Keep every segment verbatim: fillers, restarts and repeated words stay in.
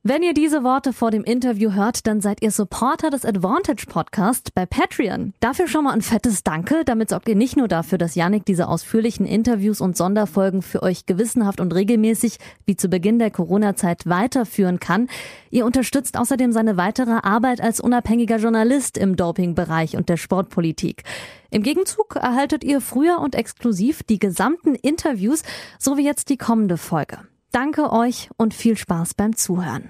Wenn ihr diese Worte vor dem Interview hört, dann seid ihr Supporter des Advantage Podcast bei Patreon. Dafür schon mal ein fettes Danke. Damit sorgt ihr nicht nur dafür, dass Yannick diese ausführlichen Interviews und Sonderfolgen für euch gewissenhaft und regelmäßig, wie zu Beginn der Corona-Zeit, weiterführen kann. Ihr unterstützt außerdem seine weitere Arbeit als unabhängiger Journalist im Dopingbereich und der Sportpolitik. Im Gegenzug erhaltet ihr früher und exklusiv die gesamten Interviews, so wie jetzt die kommende Folge. Danke euch und viel Spaß beim Zuhören.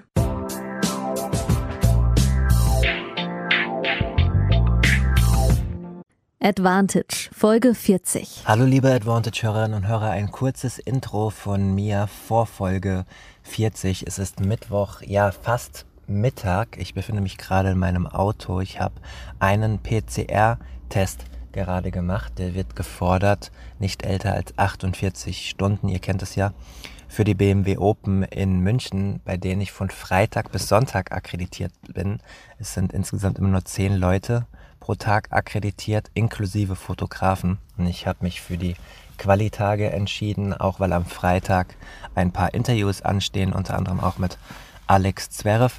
Advantage, Folge vierzig. Hallo liebe Advantage-Hörerinnen und Hörer, ein kurzes Intro von mir vor Folge vierzig. Es ist Mittwoch, ja fast Mittag. Ich befinde mich gerade in meinem Auto. Ich habe einen P C R-Test gerade gemacht. Der wird gefordert, nicht älter als achtundvierzig Stunden. Ihr kennt es ja. Für die B M W Open in München, bei denen ich von Freitag bis Sonntag akkreditiert bin. Es sind insgesamt immer nur zehn Leute pro Tag akkreditiert, inklusive Fotografen. Und ich habe mich für die Quali-Tage entschieden, auch weil am Freitag ein paar Interviews anstehen, unter anderem auch mit Alex Zverev.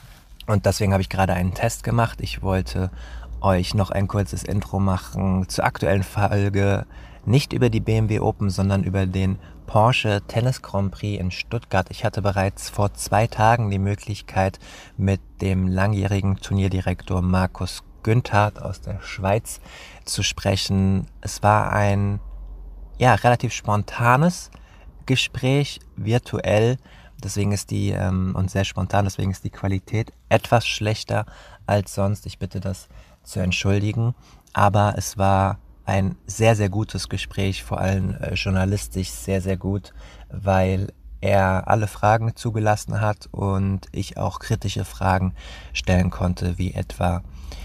Und deswegen habe ich gerade einen Test gemacht. Ich wollte euch noch ein kurzes Intro machen zur aktuellen Folge, nicht über die B M W Open, sondern über den Porsche Tennis Grand Prix in Stuttgart. Ich hatte bereits vor zwei Tagen die Möglichkeit, mit dem langjährigen Turnierdirektor Markus Günthard aus der Schweiz zu sprechen. Es war ein ja relativ spontanes Gespräch, virtuell. Deswegen ist die, ähm, und sehr spontan, deswegen ist die Qualität etwas schlechter als sonst. Ich bitte das zu entschuldigen. Aber es war ein sehr, sehr gutes Gespräch, vor allem äh, journalistisch sehr, sehr gut, weil er alle Fragen zugelassen hat und ich auch kritische Fragen stellen konnte, wie etwa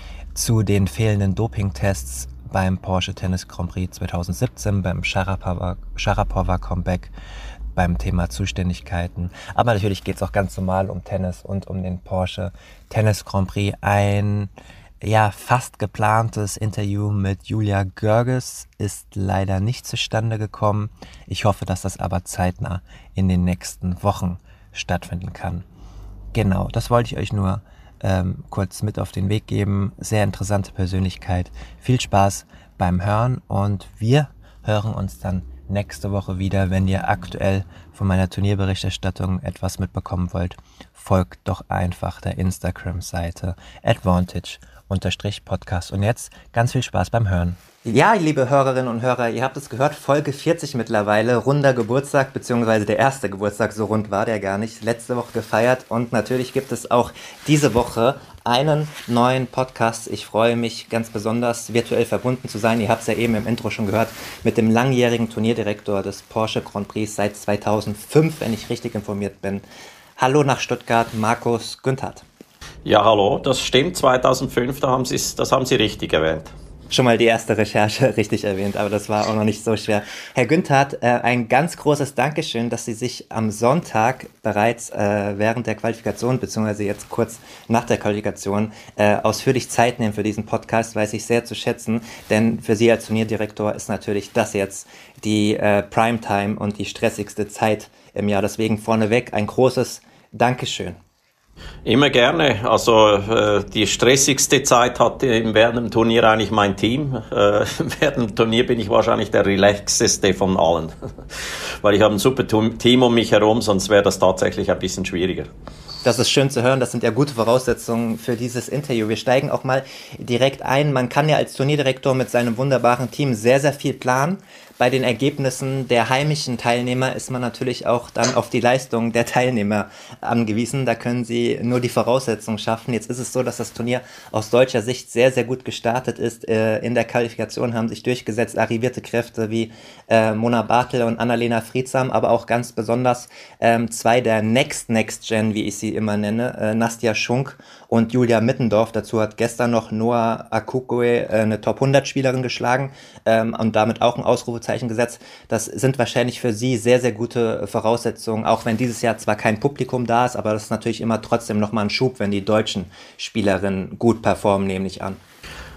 zu den fehlenden Dopingtests beim Porsche Tennis Grand Prix zwanzig siebzehn, beim Sharapova, Sharapova Comeback, beim Thema Zuständigkeiten. Aber natürlich geht es auch ganz normal um Tennis und um den Porsche Tennis Grand Prix. Ein ja fast geplantes Interview mit Julia Görges ist leider nicht zustande gekommen. Ich hoffe, dass das aber zeitnah in den nächsten Wochen stattfinden kann. Genau, das wollte ich euch nur ähm, kurz mit auf den Weg geben. Sehr interessante Persönlichkeit. Viel Spaß beim Hören und wir hören uns dann nächste Woche wieder. Wenn ihr aktuell von meiner Turnierberichterstattung etwas mitbekommen wollt, folgt doch einfach der Instagram-Seite Advantage Podcast. Und jetzt ganz viel Spaß beim Hören. Ja, liebe Hörerinnen und Hörer, ihr habt es gehört, Folge vierzig mittlerweile, runder Geburtstag, beziehungsweise der erste Geburtstag, so rund war der gar nicht, letzte Woche gefeiert und natürlich gibt es auch diese Woche einen neuen Podcast. Ich freue mich ganz besonders, virtuell verbunden zu sein. Ihr habt es ja eben im Intro schon gehört, mit dem langjährigen Turnierdirektor des Porsche Grand Prix seit zweitausendfünf, wenn ich richtig informiert bin. Hallo nach Stuttgart, Markus Günthard. Ja, hallo, das stimmt, zweitausendfünf, da haben Sie's, das haben Sie richtig erwähnt. Schon mal die erste Recherche richtig erwähnt, aber das war auch noch nicht so schwer. Herr Günthard, äh, ein ganz großes Dankeschön, dass Sie sich am Sonntag bereits äh, während der Qualifikation, beziehungsweise jetzt kurz nach der Qualifikation, äh, ausführlich Zeit nehmen für diesen Podcast, weiß ich sehr zu schätzen, denn für Sie als Turnierdirektor ist natürlich das jetzt die äh, Primetime und die stressigste Zeit im Jahr. Deswegen vorneweg ein großes Dankeschön. Immer gerne. Also äh, die stressigste Zeit hatte während dem Turnier eigentlich mein Team. Äh, während dem Turnier bin ich wahrscheinlich der relaxeste von allen, weil ich habe ein super Team um mich herum, sonst wäre das tatsächlich ein bisschen schwieriger. Das ist schön zu hören, das sind ja gute Voraussetzungen für dieses Interview. Wir steigen auch mal direkt ein. Man kann ja als Turnierdirektor mit seinem wunderbaren Team sehr, sehr viel planen. Bei den Ergebnissen der heimischen Teilnehmer ist man natürlich auch dann auf die Leistung der Teilnehmer angewiesen. Da können sie nur die Voraussetzungen schaffen. Jetzt ist es so, dass das Turnier aus deutscher Sicht sehr, sehr gut gestartet ist. In der Qualifikation haben sich durchgesetzt arrivierte Kräfte wie Mona Bartel und Annalena Friedsam, aber auch ganz besonders zwei der Next Next Gen, wie ich sie immer nenne, Nastja Schunk und Julia Mittendorf. Dazu hat gestern noch Noah Akukue eine Top hundert Spielerin geschlagen und damit auch ein Ausrufezeichen gesetzt. Das sind wahrscheinlich für Sie sehr, sehr gute Voraussetzungen, auch wenn dieses Jahr zwar kein Publikum da ist, aber das ist natürlich immer trotzdem nochmal ein Schub, wenn die deutschen Spielerinnen gut performen, nehme ich an.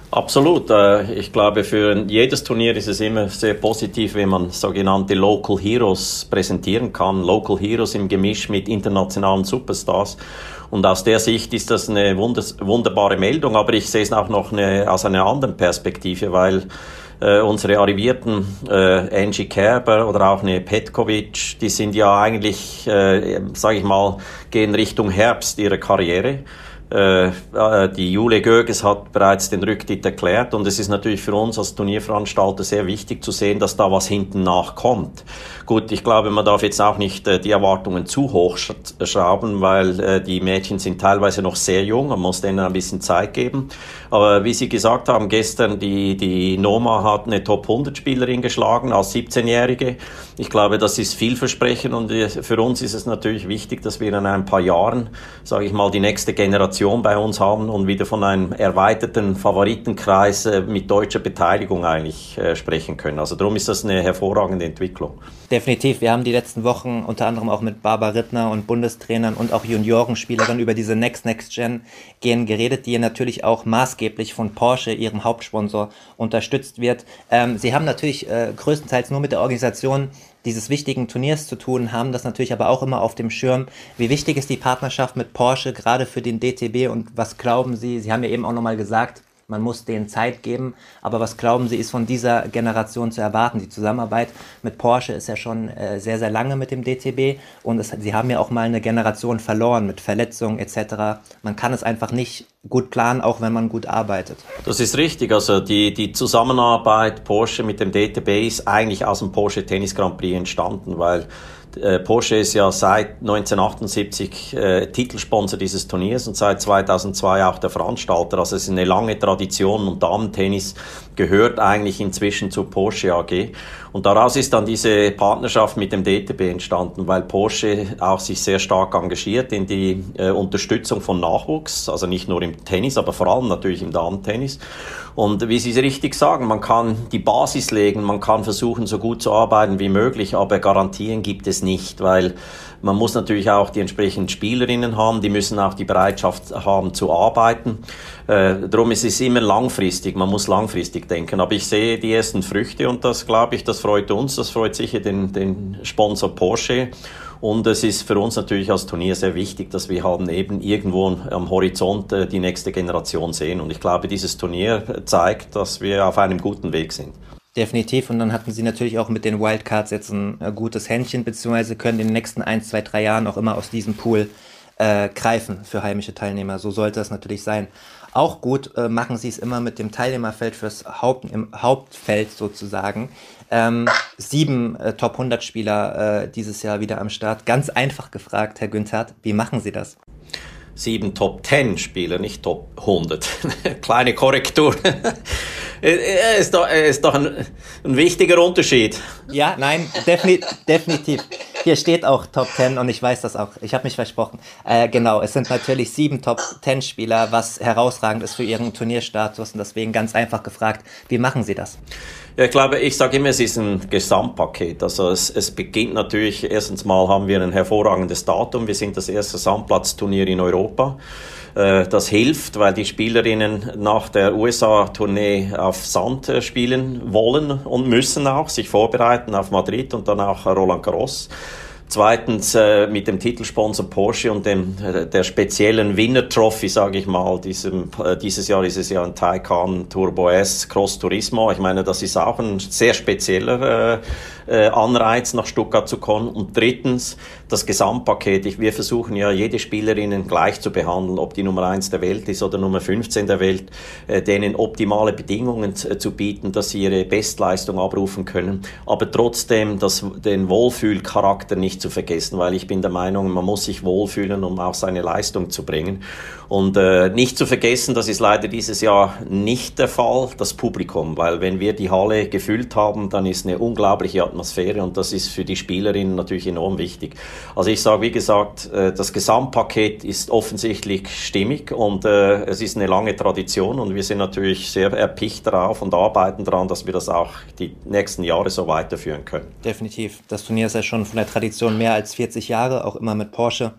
Absolut. Ich glaube, für jedes Turnier ist es immer sehr positiv, wenn man sogenannte Local Heroes präsentieren kann. Local Heroes im Gemisch mit internationalen Superstars. Und aus der Sicht ist das eine wunderbare Meldung. Aber ich sehe es auch noch eine, aus einer anderen Perspektive, weil äh, unsere arrivierten äh, Angie Kerber oder auch eine Petkovic, die sind ja eigentlich, äh, sage ich mal, gehen Richtung Herbst ihrer Karriere. Äh, die Jule Göges hat bereits den Rücktritt erklärt und es ist natürlich für uns als Turnierveranstalter sehr wichtig zu sehen, dass da was hinten nachkommt. Gut, ich glaube, man darf jetzt auch nicht äh, die Erwartungen zu hoch schrauben, weil äh, die Mädchen sind teilweise noch sehr jung, man muss denen ein bisschen Zeit geben. Aber wie Sie gesagt haben, gestern die, die Noma hat eine Top hundert Spielerin geschlagen als siebzehnjährige. Ich glaube, das ist vielversprechend und für uns ist es natürlich wichtig, dass wir in ein paar Jahren, sage ich mal, die nächste Generation bei uns haben und wieder von einem erweiterten Favoritenkreis äh, mit deutscher Beteiligung eigentlich äh, sprechen können. Also darum ist das eine hervorragende Entwicklung. Definitiv. Wir haben die letzten Wochen unter anderem auch mit Barbara Rittner und Bundestrainern und auch Juniorenspielern über diese Next Next Gen gehen geredet, die natürlich auch maßgeblich von Porsche, ihrem Hauptsponsor, unterstützt wird. Ähm, sie haben natürlich äh, größtenteils nur mit der Organisation dieses wichtigen Turniers zu tun, haben das natürlich aber auch immer auf dem Schirm. Wie wichtig ist die Partnerschaft mit Porsche, gerade für den D T B und was glauben Sie? Sie haben ja eben auch nochmal gesagt, man muss denen Zeit geben, aber was glauben Sie, ist von dieser Generation zu erwarten? Die Zusammenarbeit mit Porsche ist ja schon äh, sehr, sehr lange mit dem D T B und es, sie haben ja auch mal eine Generation verloren mit Verletzungen et cetera. Man kann es einfach nicht gut planen, auch wenn man gut arbeitet. Das ist richtig. Also die, die Zusammenarbeit Porsche mit dem D T B ist eigentlich aus dem Porsche Tennis Grand Prix entstanden, weil äh, Porsche ist ja seit neunzehnhundertachtundsiebzig äh, Titelsponsor dieses Turniers und seit zweitausendzwei auch der Veranstalter. Also es ist eine lange Tradition und Damen-Tennis gehört eigentlich inzwischen zur Porsche A G. Und daraus ist dann diese Partnerschaft mit dem D T B entstanden, weil Porsche auch sich sehr stark engagiert in die äh, Unterstützung von Nachwuchs, also nicht nur im Tennis, aber vor allem natürlich im Damen-Tennis. Und wie Sie richtig sagen, man kann die Basis legen, man kann versuchen, so gut zu arbeiten wie möglich, aber Garantien gibt es nicht, weil man muss natürlich auch die entsprechenden Spielerinnen haben, die müssen auch die Bereitschaft haben zu arbeiten. Äh, darum ist es immer langfristig, man muss langfristig denken. Aber ich sehe die ersten Früchte und das, glaube ich, das freut uns, das freut sicher den, den Sponsor Porsche. Und es ist für uns natürlich als Turnier sehr wichtig, dass wir haben eben irgendwo am Horizont äh, die nächste Generation sehen. Und ich glaube, dieses Turnier zeigt, dass wir auf einem guten Weg sind. Definitiv. Und dann hatten sie natürlich auch mit den Wildcards jetzt ein äh, gutes Händchen, beziehungsweise können in den nächsten ein, zwei, drei Jahren auch immer aus diesem Pool äh, greifen für heimische Teilnehmer. So sollte es natürlich sein. Auch gut äh, machen sie es immer mit dem Teilnehmerfeld fürs Haupt, im Hauptfeld sozusagen. Ähm, sieben äh, Top hundert Spieler äh, dieses Jahr wieder am Start. Ganz einfach gefragt, Herr Günthard, wie machen Sie das? Sieben Top zehn Spieler, nicht Top hundert. Kleine Korrektur. ist doch, ist doch ein, ein wichtiger Unterschied. Ja, nein, defini- definitiv. Hier steht auch Top zehn und ich weiß das auch. Ich habe mich versprochen. Äh, genau, es sind natürlich sieben Top zehn Spieler, was herausragend ist für ihren Turnierstatus und deswegen ganz einfach gefragt, wie machen Sie das? Ja, ich glaube, ich sage immer, es ist ein Gesamtpaket. Also es, es beginnt natürlich, erstens mal haben wir ein hervorragendes Datum. Wir sind das erste Sandplatzturnier in Europa. Das hilft, weil die Spielerinnen nach der U S A-Tournee auf Sand spielen wollen und müssen auch sich vorbereiten auf Madrid und dann auch Roland Garros. Zweitens äh, mit dem Titelsponsor Porsche und dem äh, der speziellen Winner Trophy, sage ich mal. Diesem, äh, dieses Jahr ist es ja ein Taycan Turbo S Cross Turismo. Ich meine, das ist auch ein sehr spezieller äh, äh, Anreiz, nach Stuttgart zu kommen. Und drittens das Gesamtpaket. Ich, wir versuchen ja, jede Spielerin gleich zu behandeln, ob die Nummer eins der Welt ist oder Nummer fünfzehn der Welt, äh, denen optimale Bedingungen zu, zu bieten, dass sie ihre Bestleistung abrufen können, aber trotzdem das, den Wohlfühlcharakter nicht zu vergessen, weil ich bin der Meinung, man muss sich wohlfühlen, um auch seine Leistung zu bringen. Und äh, nicht zu vergessen, das ist leider dieses Jahr nicht der Fall, das Publikum, weil wenn wir die Halle gefüllt haben, dann ist eine unglaubliche Atmosphäre und das ist für die Spielerinnen natürlich enorm wichtig. Also ich sage, wie gesagt, äh, das Gesamtpaket ist offensichtlich stimmig und äh, es ist eine lange Tradition und wir sind natürlich sehr erpicht darauf und arbeiten daran, dass wir das auch die nächsten Jahre so weiterführen können. Definitiv. Das Turnier ist ja schon von der Tradition mehr als vierzig Jahre, auch immer mit Porsche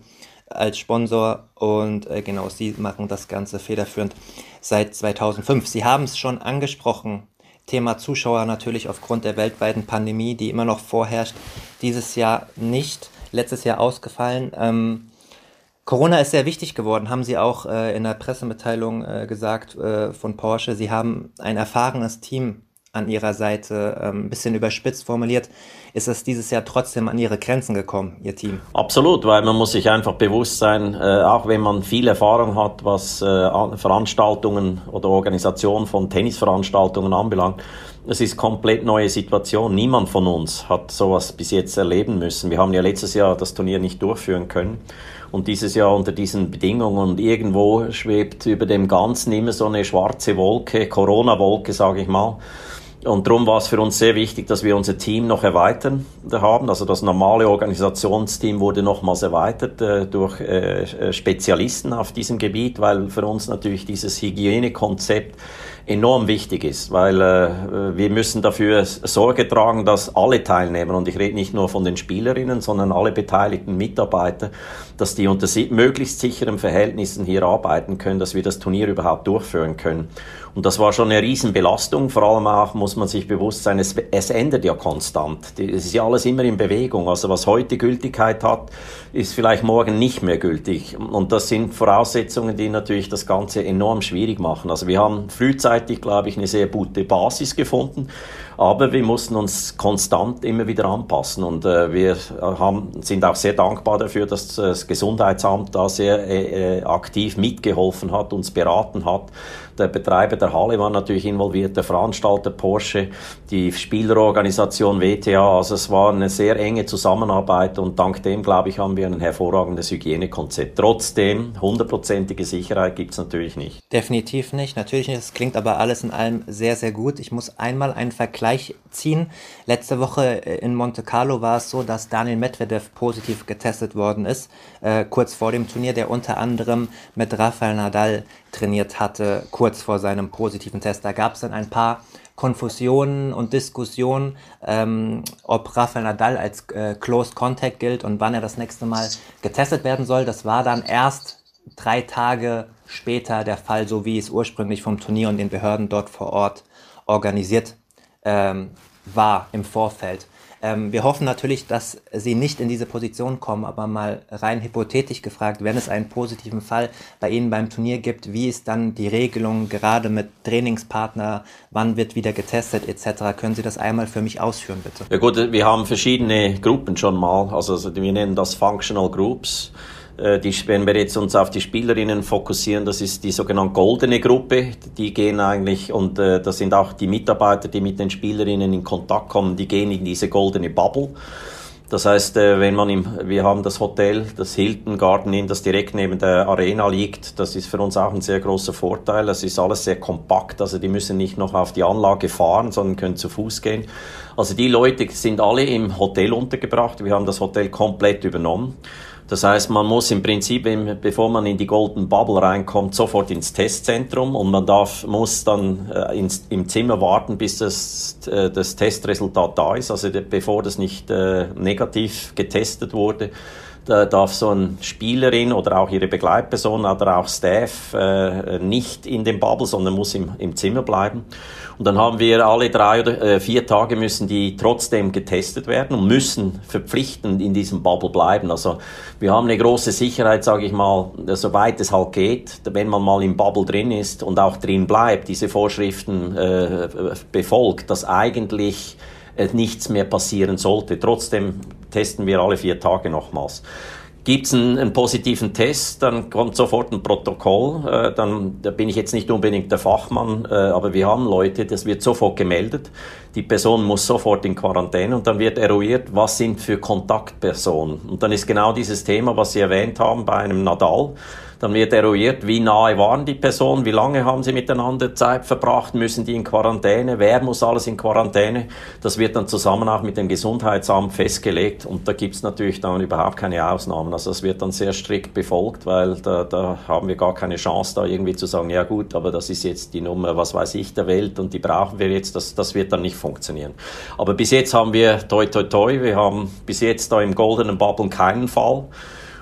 als Sponsor und äh, genau, sie machen das Ganze federführend seit zweitausendfünf. Sie haben es schon angesprochen, Thema Zuschauer natürlich aufgrund der weltweiten Pandemie, die immer noch vorherrscht, dieses Jahr nicht, letztes Jahr ausgefallen. Ähm, Corona ist sehr wichtig geworden, haben Sie auch äh, in der Pressemitteilung äh, gesagt äh, von Porsche. Sie haben ein erfahrenes Team an Ihrer Seite, ähm, ein bisschen überspitzt formuliert. Ist es dieses Jahr trotzdem an Ihre Grenzen gekommen, Ihr Team? Absolut, weil man muss sich einfach bewusst sein, äh, auch wenn man viel Erfahrung hat, was äh, Veranstaltungen oder Organisation von Tennisveranstaltungen anbelangt. Es ist komplett neue Situation. Niemand von uns hat sowas bis jetzt erleben müssen. Wir haben ja letztes Jahr das Turnier nicht durchführen können. Und dieses Jahr unter diesen Bedingungen und irgendwo schwebt über dem Ganzen immer so eine schwarze Wolke, Corona-Wolke, sage ich mal. Und darum war es für uns sehr wichtig, dass wir unser Team noch erweitern haben. Also das normale Organisationsteam wurde nochmals erweitert äh, durch äh, Spezialisten auf diesem Gebiet, weil für uns natürlich dieses Hygienekonzept enorm wichtig ist, weil äh, wir müssen dafür Sorge tragen, dass alle Teilnehmer, und ich rede nicht nur von den Spielerinnen, sondern alle beteiligten Mitarbeiter, dass die unter möglichst sicheren Verhältnissen hier arbeiten können, dass wir das Turnier überhaupt durchführen können. Und das war schon eine Riesenbelastung, vor allem auch muss man sich bewusst sein, es, es ändert ja konstant. Es ist ja alles immer in Bewegung, also was heute Gültigkeit hat, ist vielleicht morgen nicht mehr gültig. Und das sind Voraussetzungen, die natürlich das Ganze enorm schwierig machen. Also wir haben frühzeitig, glaube ich, eine sehr gute Basis gefunden, aber wir mussten uns konstant immer wieder anpassen und äh, wir haben, sind auch sehr dankbar dafür, dass das Gesundheitsamt da sehr äh, aktiv mitgeholfen hat, uns beraten hat. Der Betreiber der Halle war natürlich involviert, der Veranstalter Porsche, die Spielerorganisation W T A. Also es war eine sehr enge Zusammenarbeit und dank dem, glaube ich, haben wir ein hervorragendes Hygienekonzept. Trotzdem, hundertprozentige Sicherheit gibt es natürlich nicht. Definitiv nicht. Natürlich nicht. Es klingt aber alles in allem sehr, sehr gut. Ich muss einmal einen Vergleich ziehen. Letzte Woche in Monte Carlo war es so, dass Daniil Medvedev positiv getestet worden ist, äh, kurz vor dem Turnier, der unter anderem mit Rafael Nadal trainiert hatte, kurz vor seinem positiven Test. Da gab es dann ein paar Konfusionen und Diskussionen, ähm, ob Rafael Nadal als äh, Close Contact gilt und wann er das nächste Mal getestet werden soll. Das war dann erst drei Tage später der Fall, so wie es ursprünglich vom Turnier und den Behörden dort vor Ort organisiert ähm, war im Vorfeld. Ähm, wir hoffen natürlich, dass Sie nicht in diese Position kommen, aber mal rein hypothetisch gefragt, wenn es einen positiven Fall bei Ihnen beim Turnier gibt, wie ist dann die Regelung gerade mit Trainingspartner, wann wird wieder getestet et cetera? Können Sie das einmal für mich ausführen, bitte? Ja gut, wir haben verschiedene Gruppen schon mal, also wir nennen das Functional Groups. Die, wenn wir jetzt uns auf die Spielerinnen fokussieren, das ist die sogenannte goldene Gruppe. Die gehen eigentlich, und äh, das sind auch die Mitarbeiter, die mit den Spielerinnen in Kontakt kommen, die gehen in diese goldene Bubble. Das heißt, äh, wenn man im, wir haben das Hotel, das Hilton Garden Inn, das direkt neben der Arena liegt. Das ist für uns auch ein sehr großer Vorteil. Es ist alles sehr kompakt, also die müssen nicht noch auf die Anlage fahren, sondern können zu Fuß gehen. Also die Leute sind alle im Hotel untergebracht. Wir haben das Hotel komplett übernommen. Das heißt, man muss im Prinzip, bevor man in die Golden Bubble reinkommt, sofort ins Testzentrum und man darf, muss dann äh, ins, im Zimmer warten, bis das, äh, das Testresultat da ist. Also de, bevor das nicht äh, negativ getestet wurde, da darf so eine Spielerin oder auch ihre Begleitperson oder auch Staff äh, nicht in dem Bubble, sondern muss im, im Zimmer bleiben. Und dann haben wir alle drei oder äh, vier Tage müssen die trotzdem getestet werden und müssen verpflichtend in diesem Bubble bleiben. Also wir haben eine große Sicherheit, sage ich mal, soweit es halt geht, wenn man mal im Bubble drin ist und auch drin bleibt, diese Vorschriften äh, befolgt, dass eigentlich äh, nichts mehr passieren sollte. Trotzdem testen wir alle vier Tage nochmals. Gibt es einen, einen positiven Test, dann kommt sofort ein Protokoll. Äh, dann da bin ich jetzt nicht unbedingt der Fachmann, äh, aber wir haben Leute, das wird sofort gemeldet. Die Person muss sofort in Quarantäne und dann wird eruiert, was sind für Kontaktpersonen. Und dann ist genau dieses Thema, was Sie erwähnt haben bei einem Nadal. Dann wird eruiert, wie nahe waren die Personen, wie lange haben sie miteinander Zeit verbracht, müssen die in Quarantäne, wer muss alles in Quarantäne. Das wird dann zusammen auch mit dem Gesundheitsamt festgelegt und da gibt es natürlich dann überhaupt keine Ausnahmen. Also das wird dann sehr strikt befolgt, weil da, da haben wir gar keine Chance, da irgendwie zu sagen, ja gut, aber das ist jetzt die Nummer, was weiß ich, der Welt und die brauchen wir jetzt, das, das wird dann nicht funktionieren. Aber bis jetzt haben wir toi toi toi, wir haben bis jetzt da im Goldenen Bubble keinen Fall.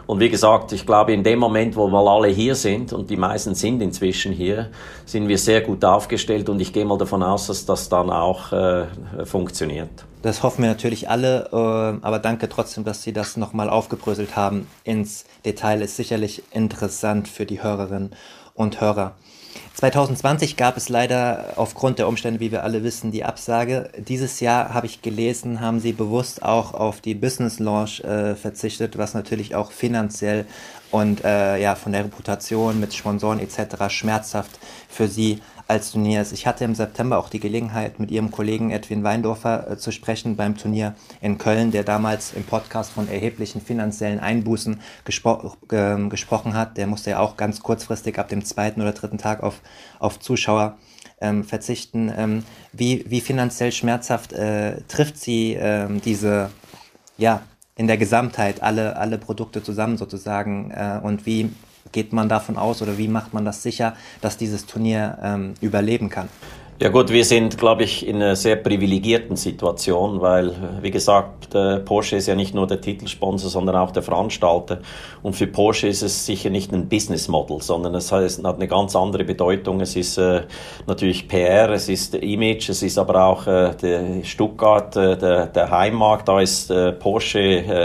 Und wie gesagt, ich glaube, in dem Moment, wo wir alle hier sind, und die meisten sind inzwischen hier, sind wir sehr gut aufgestellt und ich gehe mal davon aus, dass das dann auch äh, funktioniert. Das hoffen wir natürlich alle, äh, aber danke trotzdem, dass Sie das nochmal aufgebröselt haben ins Detail. Ist sicherlich interessant für die Hörerinnen und Hörer. zwanzig zwanzig gab es leider aufgrund der Umstände, wie wir alle wissen, die Absage. Dieses Jahr, habe ich gelesen, haben Sie bewusst auch auf die Business Launch äh, verzichtet, was natürlich auch finanziell und äh, ja von der Reputation mit Sponsoren et cetera schmerzhaft für Sie als Turnier ist. Ich hatte im September auch die Gelegenheit, mit Ihrem Kollegen Edwin Weindorfer äh, zu sprechen beim Turnier in Köln, der damals im Podcast von erheblichen finanziellen Einbußen gespro- äh, gesprochen hat. Der musste ja auch ganz kurzfristig ab dem zweiten oder dritten Tag auf, auf Zuschauer ähm, verzichten. Ähm, wie, wie finanziell schmerzhaft äh, trifft Sie ähm, diese, ja, in der Gesamtheit alle, alle Produkte zusammen sozusagen äh, und wie geht man davon aus oder wie macht man das sicher, dass dieses Turnier ähm, überleben kann? Ja gut, wir sind, glaube ich, in einer sehr privilegierten Situation, weil, wie gesagt, äh, Porsche ist ja nicht nur der Titelsponsor, sondern auch der Veranstalter. Und für Porsche ist es sicher nicht ein Business Model, sondern es hat eine ganz andere Bedeutung. Es ist äh, natürlich P R, es ist Image, es ist aber auch äh, der Stuttgart, äh, der, der Heimmarkt. Da ist äh, Porsche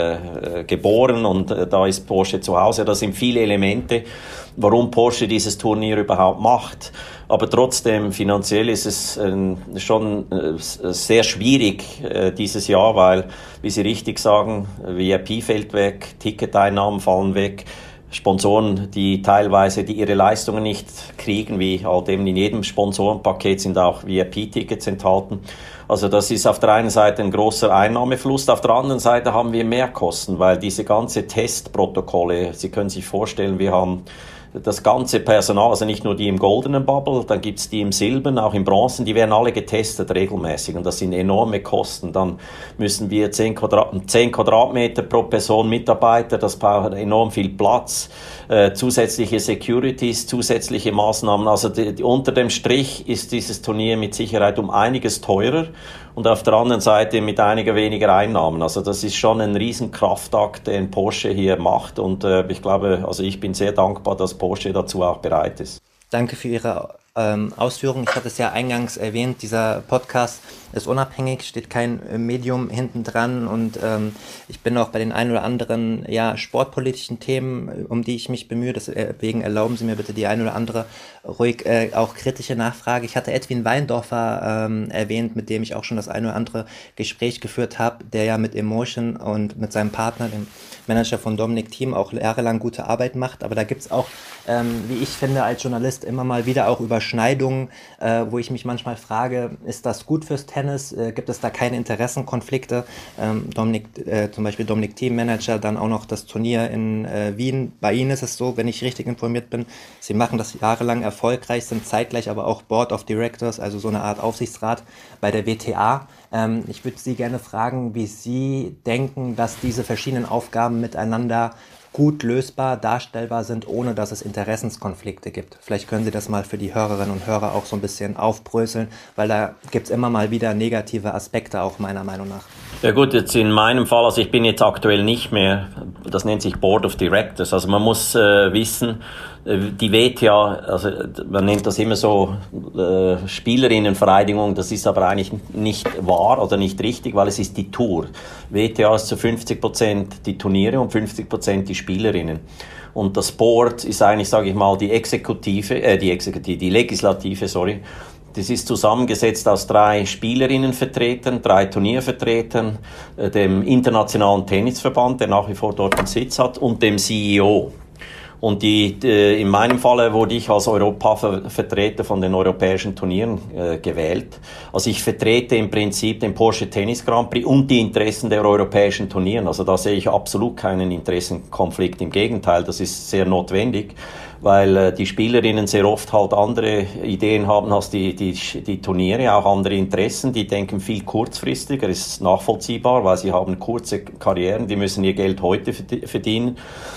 äh, geboren und äh, da ist Porsche zu Hause. Das sind viele Elemente, warum Porsche dieses Turnier überhaupt macht. Aber trotzdem, finanziell ist es äh, schon äh, sehr schwierig äh, dieses Jahr, weil, wie Sie richtig sagen, V I P fällt weg, Ticketeinnahmen fallen weg, Sponsoren, die teilweise die ihre Leistungen nicht kriegen, wie halt eben in jedem Sponsorenpaket sind auch V I P-Tickets enthalten. Also das ist auf der einen Seite ein großer Einnahmefluss, auf der anderen Seite haben wir Mehrkosten, weil diese ganze Testprotokolle, Sie können sich vorstellen, wir haben das ganze Personal, also nicht nur die im goldenen Bubble, dann gibt's die im Silbern, auch im Bronzen, die werden alle getestet regelmäßig und das sind enorme Kosten. Dann müssen wir zehn Quadratmeter pro Person Mitarbeiter, das braucht enorm viel Platz, äh, zusätzliche Securities, zusätzliche Maßnahmen. Also die, die, unter dem Strich ist dieses Turnier mit Sicherheit um einiges teurer und auf der anderen Seite mit einiger weniger Einnahmen. Also das ist schon ein riesen Kraftakt, den Porsche hier macht und äh, ich glaube, also ich bin sehr dankbar, dass Porsche dazu auch bereit ist. Danke für Ihre ähm, Ausführungen. Ich hatte es ja eingangs erwähnt, dieser Podcast ist unabhängig, steht kein äh, Medium hinten dran und ähm, ich bin auch bei den ein oder anderen ja, sportpolitischen Themen, um die ich mich bemühe, deswegen erlauben Sie mir bitte die ein oder andere ruhig äh, auch kritische Nachfrage. Ich hatte Edwin Weindorfer ähm, erwähnt, mit dem ich auch schon das ein oder andere Gespräch geführt habe, der ja mit Emotion und mit seinem Partner, dem Manager von Dominic Thiem, auch jahrelang gute Arbeit macht, aber da gibt es auch, ähm, wie ich finde, als Journalist immer mal wieder auch Überschneidungen, äh, wo ich mich manchmal frage, ist das gut fürs Tennis? Äh, gibt es da keine Interessenkonflikte? Ähm, Dominic, äh, zum Beispiel Dominic Thiem, Manager, dann auch noch das Turnier in äh, Wien. Bei Ihnen ist es so, wenn ich richtig informiert bin, Sie machen das jahrelang erfolgreich, sind zeitgleich aber auch Board of Directors, also so eine Art Aufsichtsrat bei der W T A. Ähm, ich würde Sie gerne fragen, wie Sie denken, dass diese verschiedenen Aufgaben miteinander gut lösbar, darstellbar sind, ohne dass es Interessenskonflikte gibt. Vielleicht können Sie das mal für die Hörerinnen und Hörer auch so ein bisschen aufbröseln, weil da gibt es immer mal wieder negative Aspekte auch meiner Meinung nach. Ja gut, jetzt in meinem Fall, also ich bin jetzt aktuell nicht mehr, das nennt sich Board of Directors, also man muss äh, wissen, die W T A, also man nennt das immer so äh, Spielerinnenvereinigung, das ist aber eigentlich nicht wahr oder nicht richtig, weil es ist die Tour. W T A ist zu fünfzig Prozent die Turniere und fünfzig Prozent die Spielerinnen. Und das Board ist eigentlich, sage ich mal, die Exekutive, äh, die Exekutive, die Legislative, sorry. Das ist zusammengesetzt aus drei Spielerinnenvertretern, drei Turniervertretern, äh, dem Internationalen Tennisverband, der nach wie vor dort einen Sitz hat, und dem C E O. Und die, äh, in meinem Falle wurde ich als Europa-Vertreter von den europäischen Turnieren äh, gewählt. Also ich vertrete im Prinzip den Porsche Tennis Grand Prix und die Interessen der europäischen Turnieren. Also da sehe ich absolut keinen Interessenkonflikt. Im Gegenteil, das ist sehr notwendig, weil äh, die Spielerinnen sehr oft halt andere Ideen haben als die, die, die Turniere, auch andere Interessen. Die denken viel kurzfristiger, ist nachvollziehbar, weil sie haben kurze Karrieren, die müssen ihr Geld heute verdienen.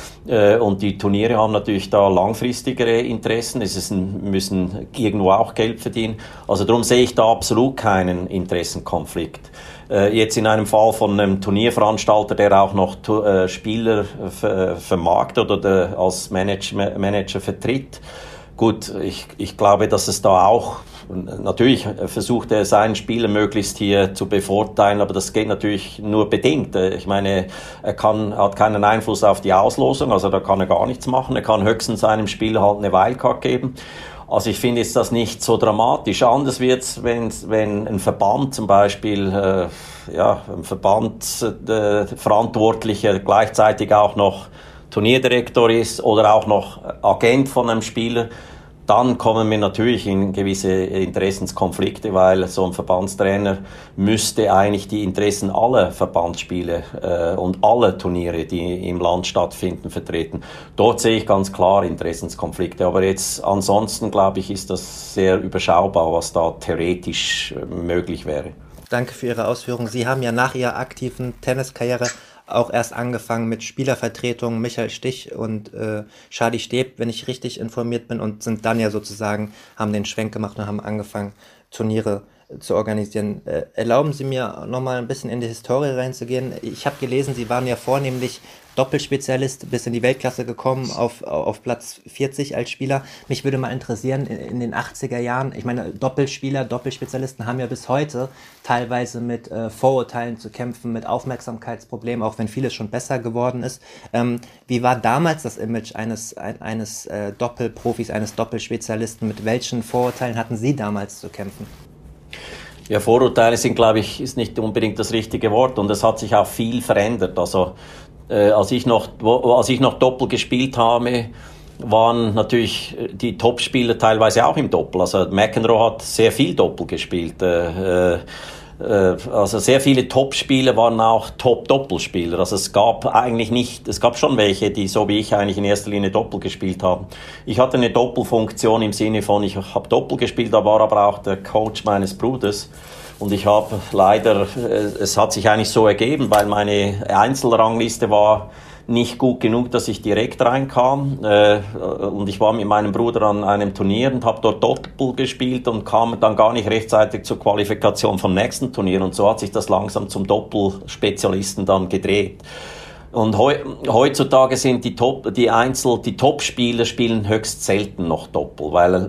Und die Turniere haben natürlich da langfristigere Interessen, es ist ein, müssen irgendwo auch Geld verdienen. Also darum sehe ich da absolut keinen Interessenkonflikt. Äh, jetzt in einem Fall von einem Turnierveranstalter, der auch noch äh, Spieler ver vermarktet oder als Manager, Manager vertritt. Gut, ich, ich glaube, dass es da auch, natürlich versucht er seinen Spieler möglichst hier zu bevorteilen, aber das geht natürlich nur bedingt. Ich meine, er kann, hat keinen Einfluss auf die Auslosung, also da kann er gar nichts machen. Er kann höchstens seinem Spieler halt eine Wildcard geben. Also ich finde jetzt das nicht so dramatisch. Anders wird's, wenn, wenn ein Verband zum Beispiel, äh, ja, ein Verband äh, Verantwortlicher gleichzeitig auch noch Turnierdirektor ist oder auch noch Agent von einem Spieler, dann kommen wir natürlich in gewisse Interessenskonflikte, weil so ein Verbandstrainer müsste eigentlich die Interessen aller Verbandsspiele äh, und aller Turniere, die im Land stattfinden, vertreten. Dort sehe ich ganz klar Interessenskonflikte. Aber jetzt ansonsten, glaube ich, ist das sehr überschaubar, was da theoretisch möglich wäre. Danke für Ihre Ausführungen. Sie haben ja nach Ihrer aktiven Tenniskarriere auch erst angefangen mit Spielervertretungen, Michael Stich und äh, Charlie Steb, wenn ich richtig informiert bin, und sind dann ja sozusagen, haben den Schwenk gemacht und haben angefangen, Turniere zu organisieren. Äh, erlauben Sie mir nochmal ein bisschen in die Historie reinzugehen. Ich habe gelesen, Sie waren ja vornehmlich Doppelspezialist, bis in die Weltklasse gekommen, auf, auf Platz vierzig als Spieler. Mich würde mal interessieren, in, in den achtziger Jahren, ich meine, Doppelspieler, Doppelspezialisten haben ja bis heute teilweise mit äh, Vorurteilen zu kämpfen, mit Aufmerksamkeitsproblemen, auch wenn vieles schon besser geworden ist. Ähm, wie war damals das Image eines, ein, eines äh, Doppelprofis, eines Doppelspezialisten? Mit welchen Vorurteilen hatten Sie damals zu kämpfen? Ja, Vorurteile sind, glaube ich, ist nicht unbedingt das richtige Wort, und es hat sich auch viel verändert. Also äh, als ich noch, wo, als ich noch Doppel gespielt habe, waren natürlich die Topspieler teilweise auch im Doppel. Also McEnroe hat sehr viel Doppel gespielt. Äh, äh, also sehr viele Topspieler waren auch Top-Doppelspieler. Also es gab eigentlich nicht, es gab schon welche, die so wie ich eigentlich in erster Linie Doppel gespielt haben. Ich hatte eine Doppelfunktion im Sinne von, ich habe Doppel gespielt, da war aber auch der Coach meines Bruders. Und ich habe leider, es hat sich eigentlich so ergeben, weil meine Einzelrangliste war nicht gut genug, dass ich direkt reinkam. Und ich war mit meinem Bruder an einem Turnier und habe dort Doppel gespielt und kam dann gar nicht rechtzeitig zur Qualifikation vom nächsten Turnier. Und so hat sich das langsam zum Doppelspezialisten dann gedreht. Und heu, heutzutage sind die Top, die Einzel, die Topspieler spielen höchst selten noch Doppel, weil